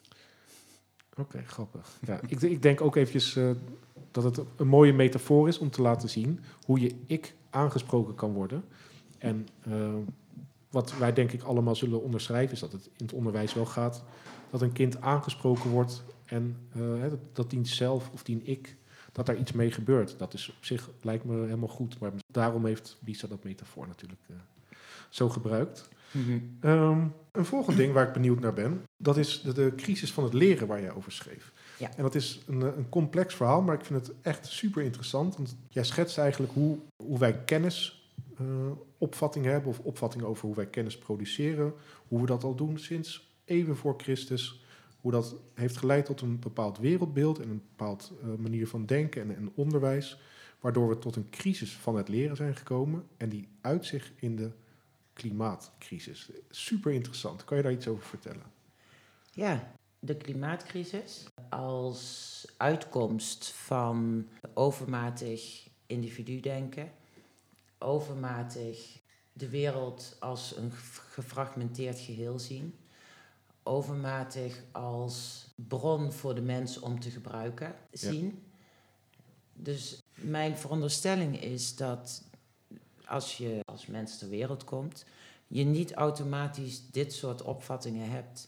C: Oké, grappig. Ja, ik denk ook eventjes dat het een mooie metafoor is om te laten zien hoe je ik aangesproken kan worden. En wat wij denk ik allemaal zullen onderschrijven is dat het in het onderwijs wel gaat dat een kind aangesproken wordt en dat dient zelf of dient ik, dat daar iets mee gebeurt. Dat is op zich, lijkt me helemaal goed, maar daarom heeft Lisa dat metafoor natuurlijk zo gebruikt.
A: Mm-hmm.
C: Een volgend ding waar ik benieuwd naar ben, dat is de crisis van het leren waar jij over schreef.
A: Ja.
C: En dat is een complex verhaal, maar ik vind het echt super interessant. Want jij schetst eigenlijk hoe wij kennisopvattingen hebben, of opvattingen over hoe wij kennis produceren, hoe we dat al doen sinds eeuwen voor Christus, hoe dat heeft geleid tot een bepaald wereldbeeld en een bepaald manier van denken en onderwijs, waardoor we tot een crisis van het leren zijn gekomen en die uit zich in de klimaatcrisis. Super interessant. Kan je daar iets over vertellen?
A: Ja, de klimaatcrisis als uitkomst van overmatig individu-denken, overmatig de wereld als een gefragmenteerd geheel zien, overmatig als bron voor de mens om te gebruiken zien. Ja. Dus mijn veronderstelling is dat als je als mens ter wereld komt, je niet automatisch dit soort opvattingen hebt.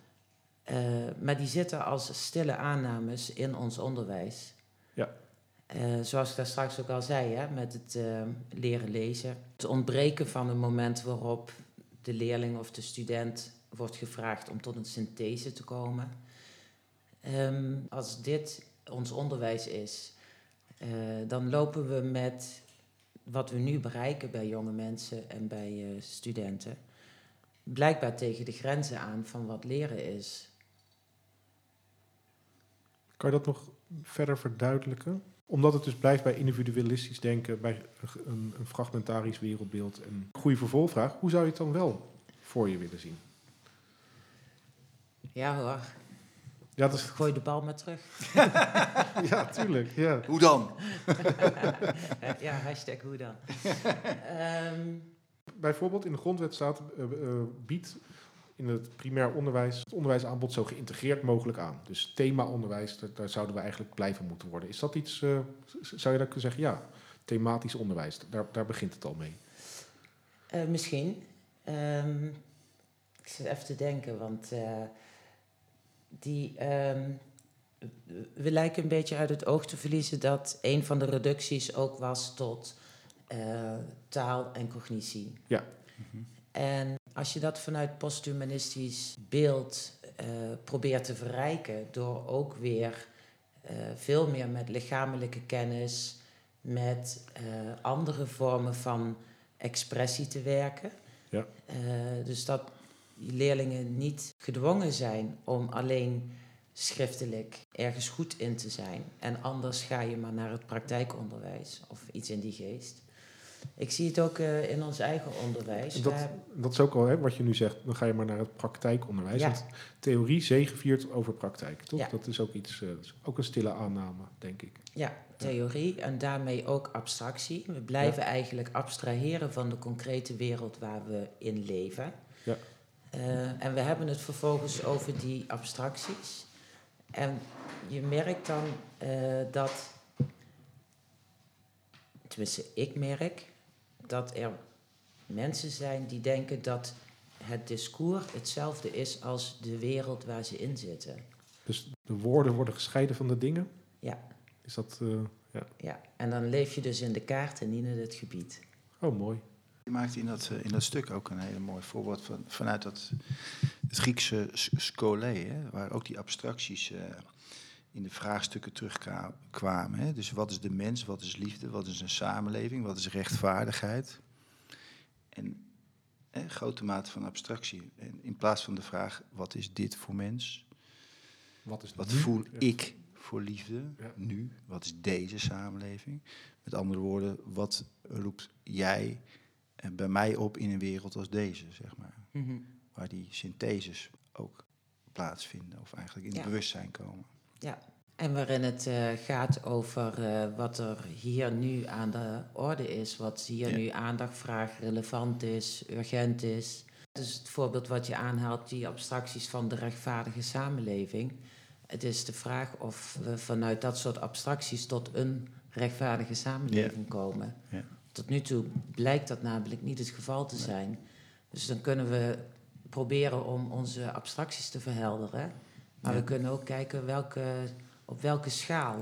A: Maar die zitten als stille aannames in ons onderwijs.
C: Ja.
A: Zoals ik daar straks ook al zei, met het leren lezen. Het ontbreken van een moment waarop de leerling of de student wordt gevraagd om tot een synthese te komen. Als dit ons onderwijs is, dan lopen we met wat we nu bereiken bij jonge mensen en bij studenten blijkbaar tegen de grenzen aan van wat leren is.
C: Kan je dat nog verder verduidelijken? Omdat het dus blijft bij individualistisch denken, bij een fragmentarisch wereldbeeld. En goede vervolgvraag, hoe zou je het dan wel voor je willen zien?
A: Ja hoor.
C: Ja, dat is...
A: Gooi de bal maar terug.
C: Ja, tuurlijk. Ja.
D: Hoe dan?
A: Ja, hashtag hoe dan.
C: Bijvoorbeeld in de grondwet staat, biedt in het primair onderwijs het onderwijsaanbod zo geïntegreerd mogelijk aan. Dus themaonderwijs, daar zouden we eigenlijk blijven moeten worden. Is dat iets, zou je daar kunnen zeggen, ja, thematisch onderwijs, daar begint het al mee?
A: Misschien. Ik zit even te denken, want we lijken een beetje uit het oog te verliezen dat een van de reducties ook was tot taal en cognitie.
C: Ja.
D: Mm-hmm.
A: En als je dat vanuit posthumanistisch beeld probeert te verrijken door ook weer veel meer met lichamelijke kennis, met andere vormen van expressie te werken.
C: Ja.
A: Dus dat leerlingen niet gedwongen zijn om alleen schriftelijk ergens goed in te zijn. En anders ga je maar naar het praktijkonderwijs of iets in die geest. Ik zie het ook in ons eigen onderwijs.
C: Dat is ook al wat je nu zegt. Dan ga je maar naar het praktijkonderwijs.
A: Ja.
C: Want theorie zegeviert over praktijk, toch?
A: Ja.
C: Dat is ook ook een stille aanname, denk ik.
A: Ja, theorie en daarmee ook abstractie. We blijven eigenlijk abstraheren van de concrete wereld waar we in leven.
C: Ja.
A: En we hebben het vervolgens over die abstracties. En je merkt dan dat, tenminste ik merk, dat er mensen zijn die denken dat het discours hetzelfde is als de wereld waar ze in zitten.
C: Dus de woorden worden gescheiden van de dingen?
A: Ja.
C: Is dat...
A: Ja, en dan leef je dus in de kaart en niet in het gebied.
C: Oh, mooi.
D: Je maakt in dat stuk ook een hele mooi voorbeeld vanuit het Griekse schole, hè, waar ook die abstracties in de vraagstukken terugkwamen. Hè. Dus wat is de mens, wat is liefde, wat is een samenleving, wat is rechtvaardigheid? En grote mate van abstractie. En in plaats van de vraag, wat is dit voor mens? Wat voel ik voor liefde nu? Wat is deze samenleving? Met andere woorden, wat roept jij bij mij op in een wereld als deze, zeg maar?
A: Mm-hmm.
D: Waar die syntheses ook plaatsvinden of eigenlijk in het bewustzijn komen.
A: Ja, en waarin het gaat over wat er hier nu aan de orde is, wat hier nu aandacht vraagt, relevant is, urgent is. Dus het voorbeeld wat je aanhaalt, die abstracties van de rechtvaardige samenleving. Het is de vraag of we vanuit dat soort abstracties tot een rechtvaardige samenleving komen.
D: Ja.
A: Tot nu toe blijkt dat namelijk niet het geval te zijn. Dus dan kunnen we proberen om onze abstracties te verhelderen. Maar we kunnen ook kijken op welke schaal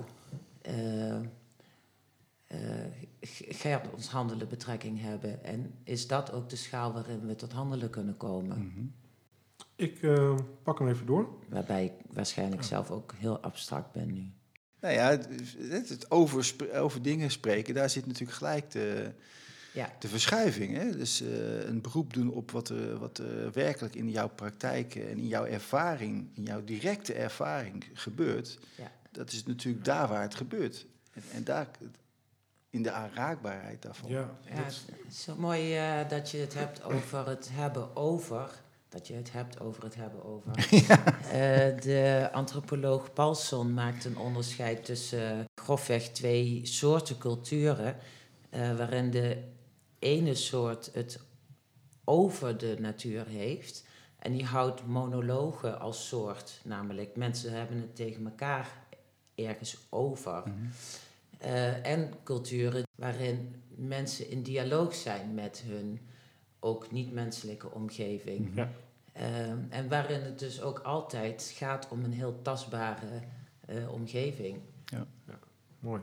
A: gaat ons handelen betrekking hebben. En is dat ook de schaal waarin we tot handelen kunnen komen?
D: Mm-hmm.
C: Ik pak hem even door.
A: Waarbij ik waarschijnlijk zelf ook heel abstract ben nu.
D: Nou ja, het over dingen spreken, daar zit natuurlijk gelijk de verschuiving. Hè? Dus een beroep doen op wat werkelijk in jouw praktijk en in jouw ervaring, in jouw directe ervaring gebeurt. Ja. Dat is natuurlijk daar waar het gebeurt. En daar, in de aanraakbaarheid daarvan.
A: Ja, het is zo mooi dat je het hebt over het hebben over... Dat je het hebt over het hebben over. Ja. De antropoloog Paulson maakt een onderscheid tussen grofweg 2 soorten culturen, waarin de ene soort het over de natuur heeft. En die houdt monologen als soort, namelijk mensen hebben het tegen elkaar ergens over. Mm-hmm. En culturen waarin mensen in dialoog zijn met hun ook niet-menselijke omgeving. Ja. En waarin het dus ook altijd gaat om een heel tastbare omgeving.
C: Ja. Mooi.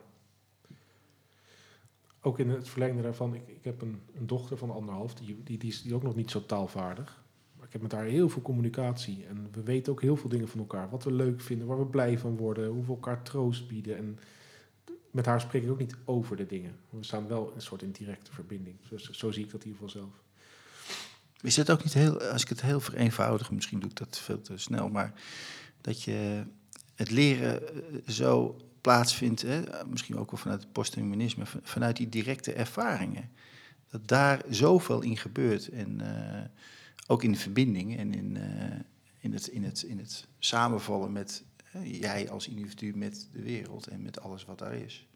C: Ook in het verlengde daarvan, ik heb een dochter van 1,5, die is ook nog niet zo taalvaardig. Maar ik heb met haar heel veel communicatie. En we weten ook heel veel dingen van elkaar. Wat we leuk vinden, waar we blij van worden, hoe we elkaar troost bieden. En met haar spreek ik ook niet over de dingen. We staan wel een soort in directe verbinding. Zo zie ik dat in ieder geval zelf.
D: Is het ook niet heel, als ik het heel vereenvoudig, misschien doe ik dat veel te snel, maar dat je het leren zo plaatsvindt, misschien ook wel vanuit het posthumanisme, vanuit die directe ervaringen. Dat daar zoveel in gebeurt en ook in de verbinding en in het samenvallen met jij als individu met de wereld en met alles wat daar is.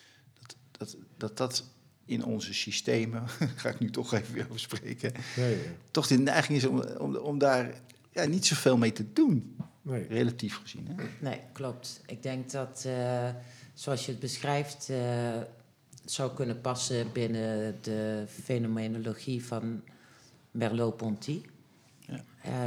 D: Dat in onze systemen, ga ik nu toch even weer over spreken, toch de neiging is om daar niet zoveel mee te doen, relatief gezien. Hè?
A: Nee, klopt. Ik denk dat, zoals je het beschrijft, zou kunnen passen binnen de fenomenologie van Merleau-Ponty. Ja.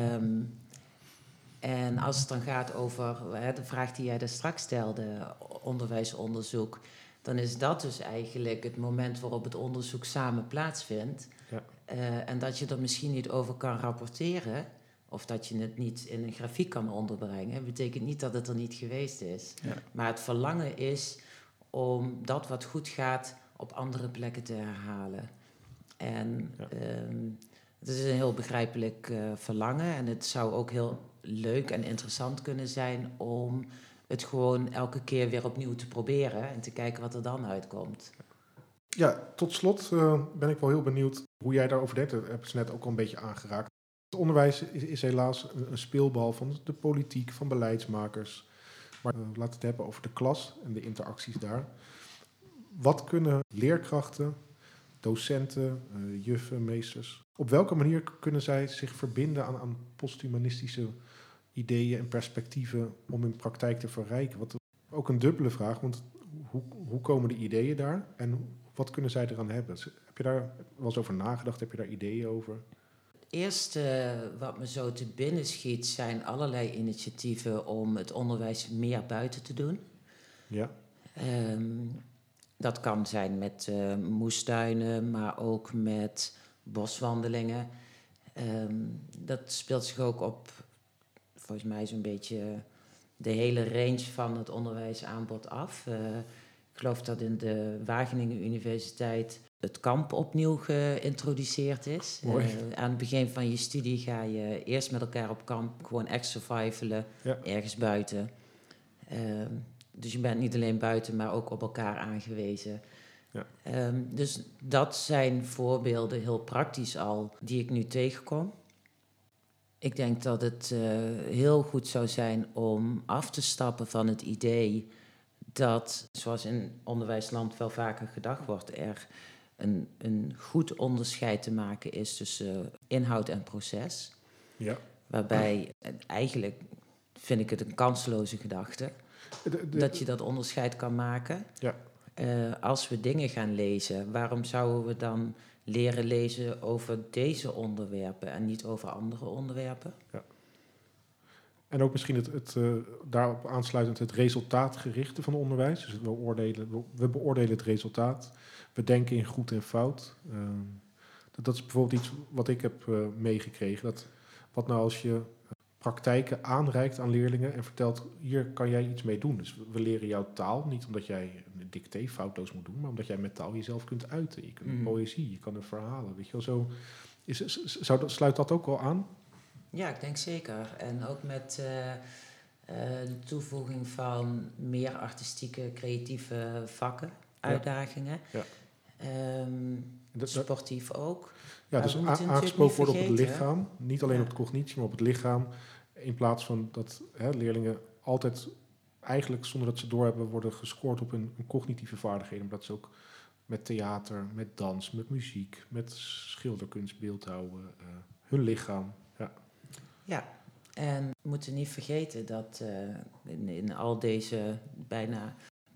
A: En als het dan gaat over de vraag die jij daar straks stelde, onderwijsonderzoek, dan is dat dus eigenlijk het moment waarop het onderzoek samen plaatsvindt. Ja. En dat je er misschien niet over kan rapporteren, of dat je het niet in een grafiek kan onderbrengen, betekent niet dat het er niet geweest is. Ja. Maar het verlangen is om dat wat goed gaat op andere plekken te herhalen. En het is een heel begrijpelijk verlangen. En het zou ook heel leuk en interessant kunnen zijn om het gewoon elke keer weer opnieuw te proberen en te kijken wat er dan uitkomt.
C: Ja, tot slot ben ik wel heel benieuwd hoe jij daarover denkt. Dat heb je net ook al een beetje aangeraakt. Het onderwijs is helaas een speelbal van de politiek, van beleidsmakers. Maar laten we het hebben over de klas en de interacties daar. Wat kunnen leerkrachten, docenten, juffen, meesters... Op welke manier kunnen zij zich verbinden aan posthumanistische ideeën en perspectieven om hun praktijk te verrijken? Ook een dubbele vraag, want hoe komen de ideeën daar en wat kunnen zij eraan hebben? Heb je daar wel eens over nagedacht? Heb je daar ideeën over?
A: Het eerste wat me zo te binnen schiet zijn allerlei initiatieven om het onderwijs meer buiten te doen.
C: Ja.
A: Dat kan zijn met moestuinen, maar ook met boswandelingen. Dat speelt zich ook op, volgens mij, zo'n beetje de hele range van het onderwijsaanbod af. Ik geloof dat in de Wageningen Universiteit het kamp opnieuw geïntroduceerd is. Aan het begin van je studie ga je eerst met elkaar op kamp, gewoon echt survivalen, ergens buiten. Dus je bent niet alleen buiten, maar ook op elkaar aangewezen.
C: Ja.
A: Dus dat zijn voorbeelden, heel praktisch al, die ik nu tegenkom. Ik denk dat het heel goed zou zijn om af te stappen van het idee dat, zoals in onderwijsland wel vaker gedacht wordt, er een goed onderscheid te maken is tussen inhoud en proces.
C: Ja.
A: Waarbij, eigenlijk vind ik het een kansloze gedachte, dat je dat onderscheid kan maken.
C: Ja.
A: Als we dingen gaan lezen, waarom zouden we dan leren lezen over deze onderwerpen en niet over andere onderwerpen?
C: Ja. En ook misschien het daarop aansluitend het resultaatgerichte van onderwijs. Dus we beoordelen het resultaat. We denken in goed en fout. Dat is bijvoorbeeld iets wat ik heb meegekregen. Wat nou als je praktijken aanreikt aan leerlingen en vertelt, hier kan jij iets mee doen. Dus we leren jouw taal, niet omdat jij een dicté foutloos moet doen, maar omdat jij met taal jezelf kunt uiten. Je kunt poëzie, je kan er verhalen. Weet je wel, sluit dat ook al aan?
A: Ja, ik denk zeker. En ook met de toevoeging van meer artistieke, creatieve vakken, uitdagingen.
C: Ja.
A: Sportief ook.
C: Ja, dus aangesproken worden op het lichaam. Niet alleen op de cognitie, maar op het lichaam. In plaats van dat leerlingen altijd eigenlijk zonder dat ze doorhebben worden gescoord op hun cognitieve vaardigheden. Maar dat ze ook met theater, met dans, met muziek, met schilderkunst, beeldhouden, hun lichaam.
A: Ja, en we moeten niet vergeten dat in al deze bijna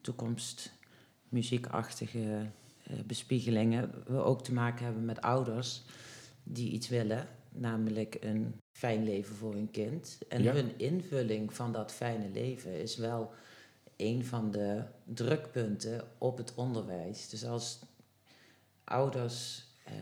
A: toekomstmuziekachtige bespiegelingen we ook te maken hebben met ouders die iets willen, namelijk een fijn leven voor hun kind. En hun invulling van dat fijne leven is wel een van de drukpunten op het onderwijs. Dus als ouders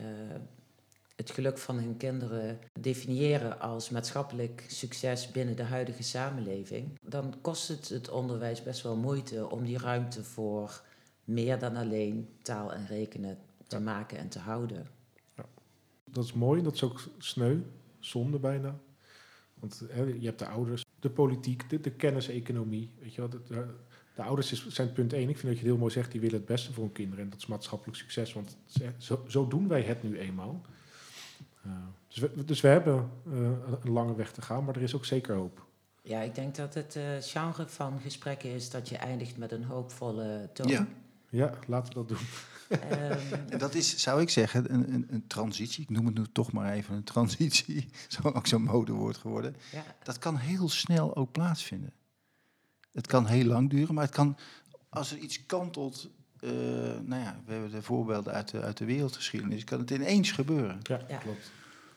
A: het geluk van hun kinderen definiëren als maatschappelijk succes binnen de huidige samenleving, dan kost het onderwijs best wel moeite om die ruimte voor meer dan alleen taal en rekenen te maken en te houden.
C: Ja. Dat is mooi, dat is ook sneu, zonde bijna. Want je hebt de ouders, de politiek, de kenniseconomie. Weet je wel, de ouders zijn punt 1. Ik vind dat je het heel mooi zegt, die willen het beste voor hun kinderen. En dat is maatschappelijk succes, want zo doen wij het nu eenmaal. Dus we hebben een lange weg te gaan, maar er is ook zeker hoop.
A: Ja, ik denk dat het genre van gesprekken is dat je eindigt met een hoopvolle toon.
C: Ja, laten we dat doen.
D: Dat is, zou ik zeggen, een transitie. Ik noem het nu toch maar even een transitie. Ook zo'n modewoord geworden. Ja. Dat kan heel snel ook plaatsvinden. Het kan heel lang duren, maar het kan, als er iets kantelt. We hebben de voorbeelden uit de wereldgeschiedenis. Kan het ineens gebeuren.
C: Ja, klopt.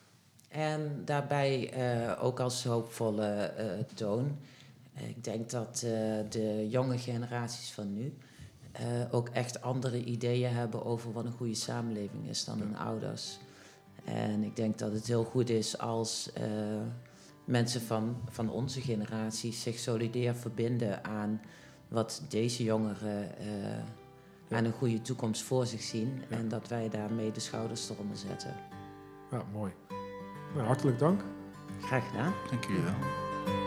A: En daarbij ook als hoopvolle toon. Ik denk dat de jonge generaties van nu ook echt andere ideeën hebben over wat een goede samenleving is dan hun ouders. En ik denk dat het heel goed is als mensen van onze generatie zich solidair verbinden aan wat deze jongeren aan een goede toekomst voor zich zien. Ja. En dat wij daarmee de schouders eronder zetten.
C: Ja, mooi. Nou, hartelijk dank.
A: Graag gedaan.
D: Dank jullie wel.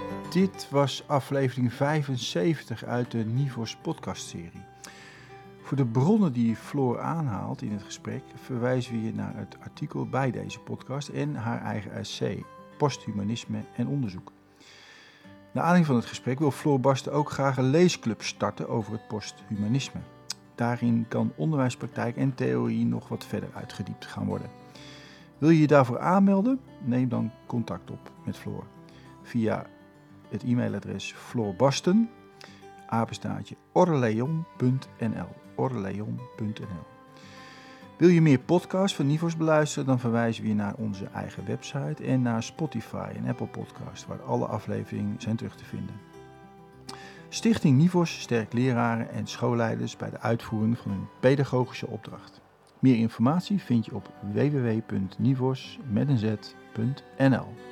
B: Dit was aflevering 75 uit de Nivos podcastserie. Voor de bronnen die Floor aanhaalt in het gesprek verwijzen we je naar het artikel bij deze podcast en haar eigen essay, Posthumanisme en onderzoek. Naar aanleiding van het gesprek wil Floor Basten ook graag een leesclub starten over het posthumanisme. Daarin kan onderwijspraktijk en theorie nog wat verder uitgediept gaan worden. Wil je je daarvoor aanmelden? Neem dan contact op met Floor via het e-mailadres floorbasten@orleon.nl. Wil je meer podcasts van Nivos beluisteren, dan verwijzen we je naar onze eigen website en naar Spotify en Apple Podcasts, waar alle afleveringen zijn terug te vinden. Stichting Nivos sterkt leraren en schoolleiders bij de uitvoering van hun pedagogische opdracht. Meer informatie vind je op www.nivos.nl.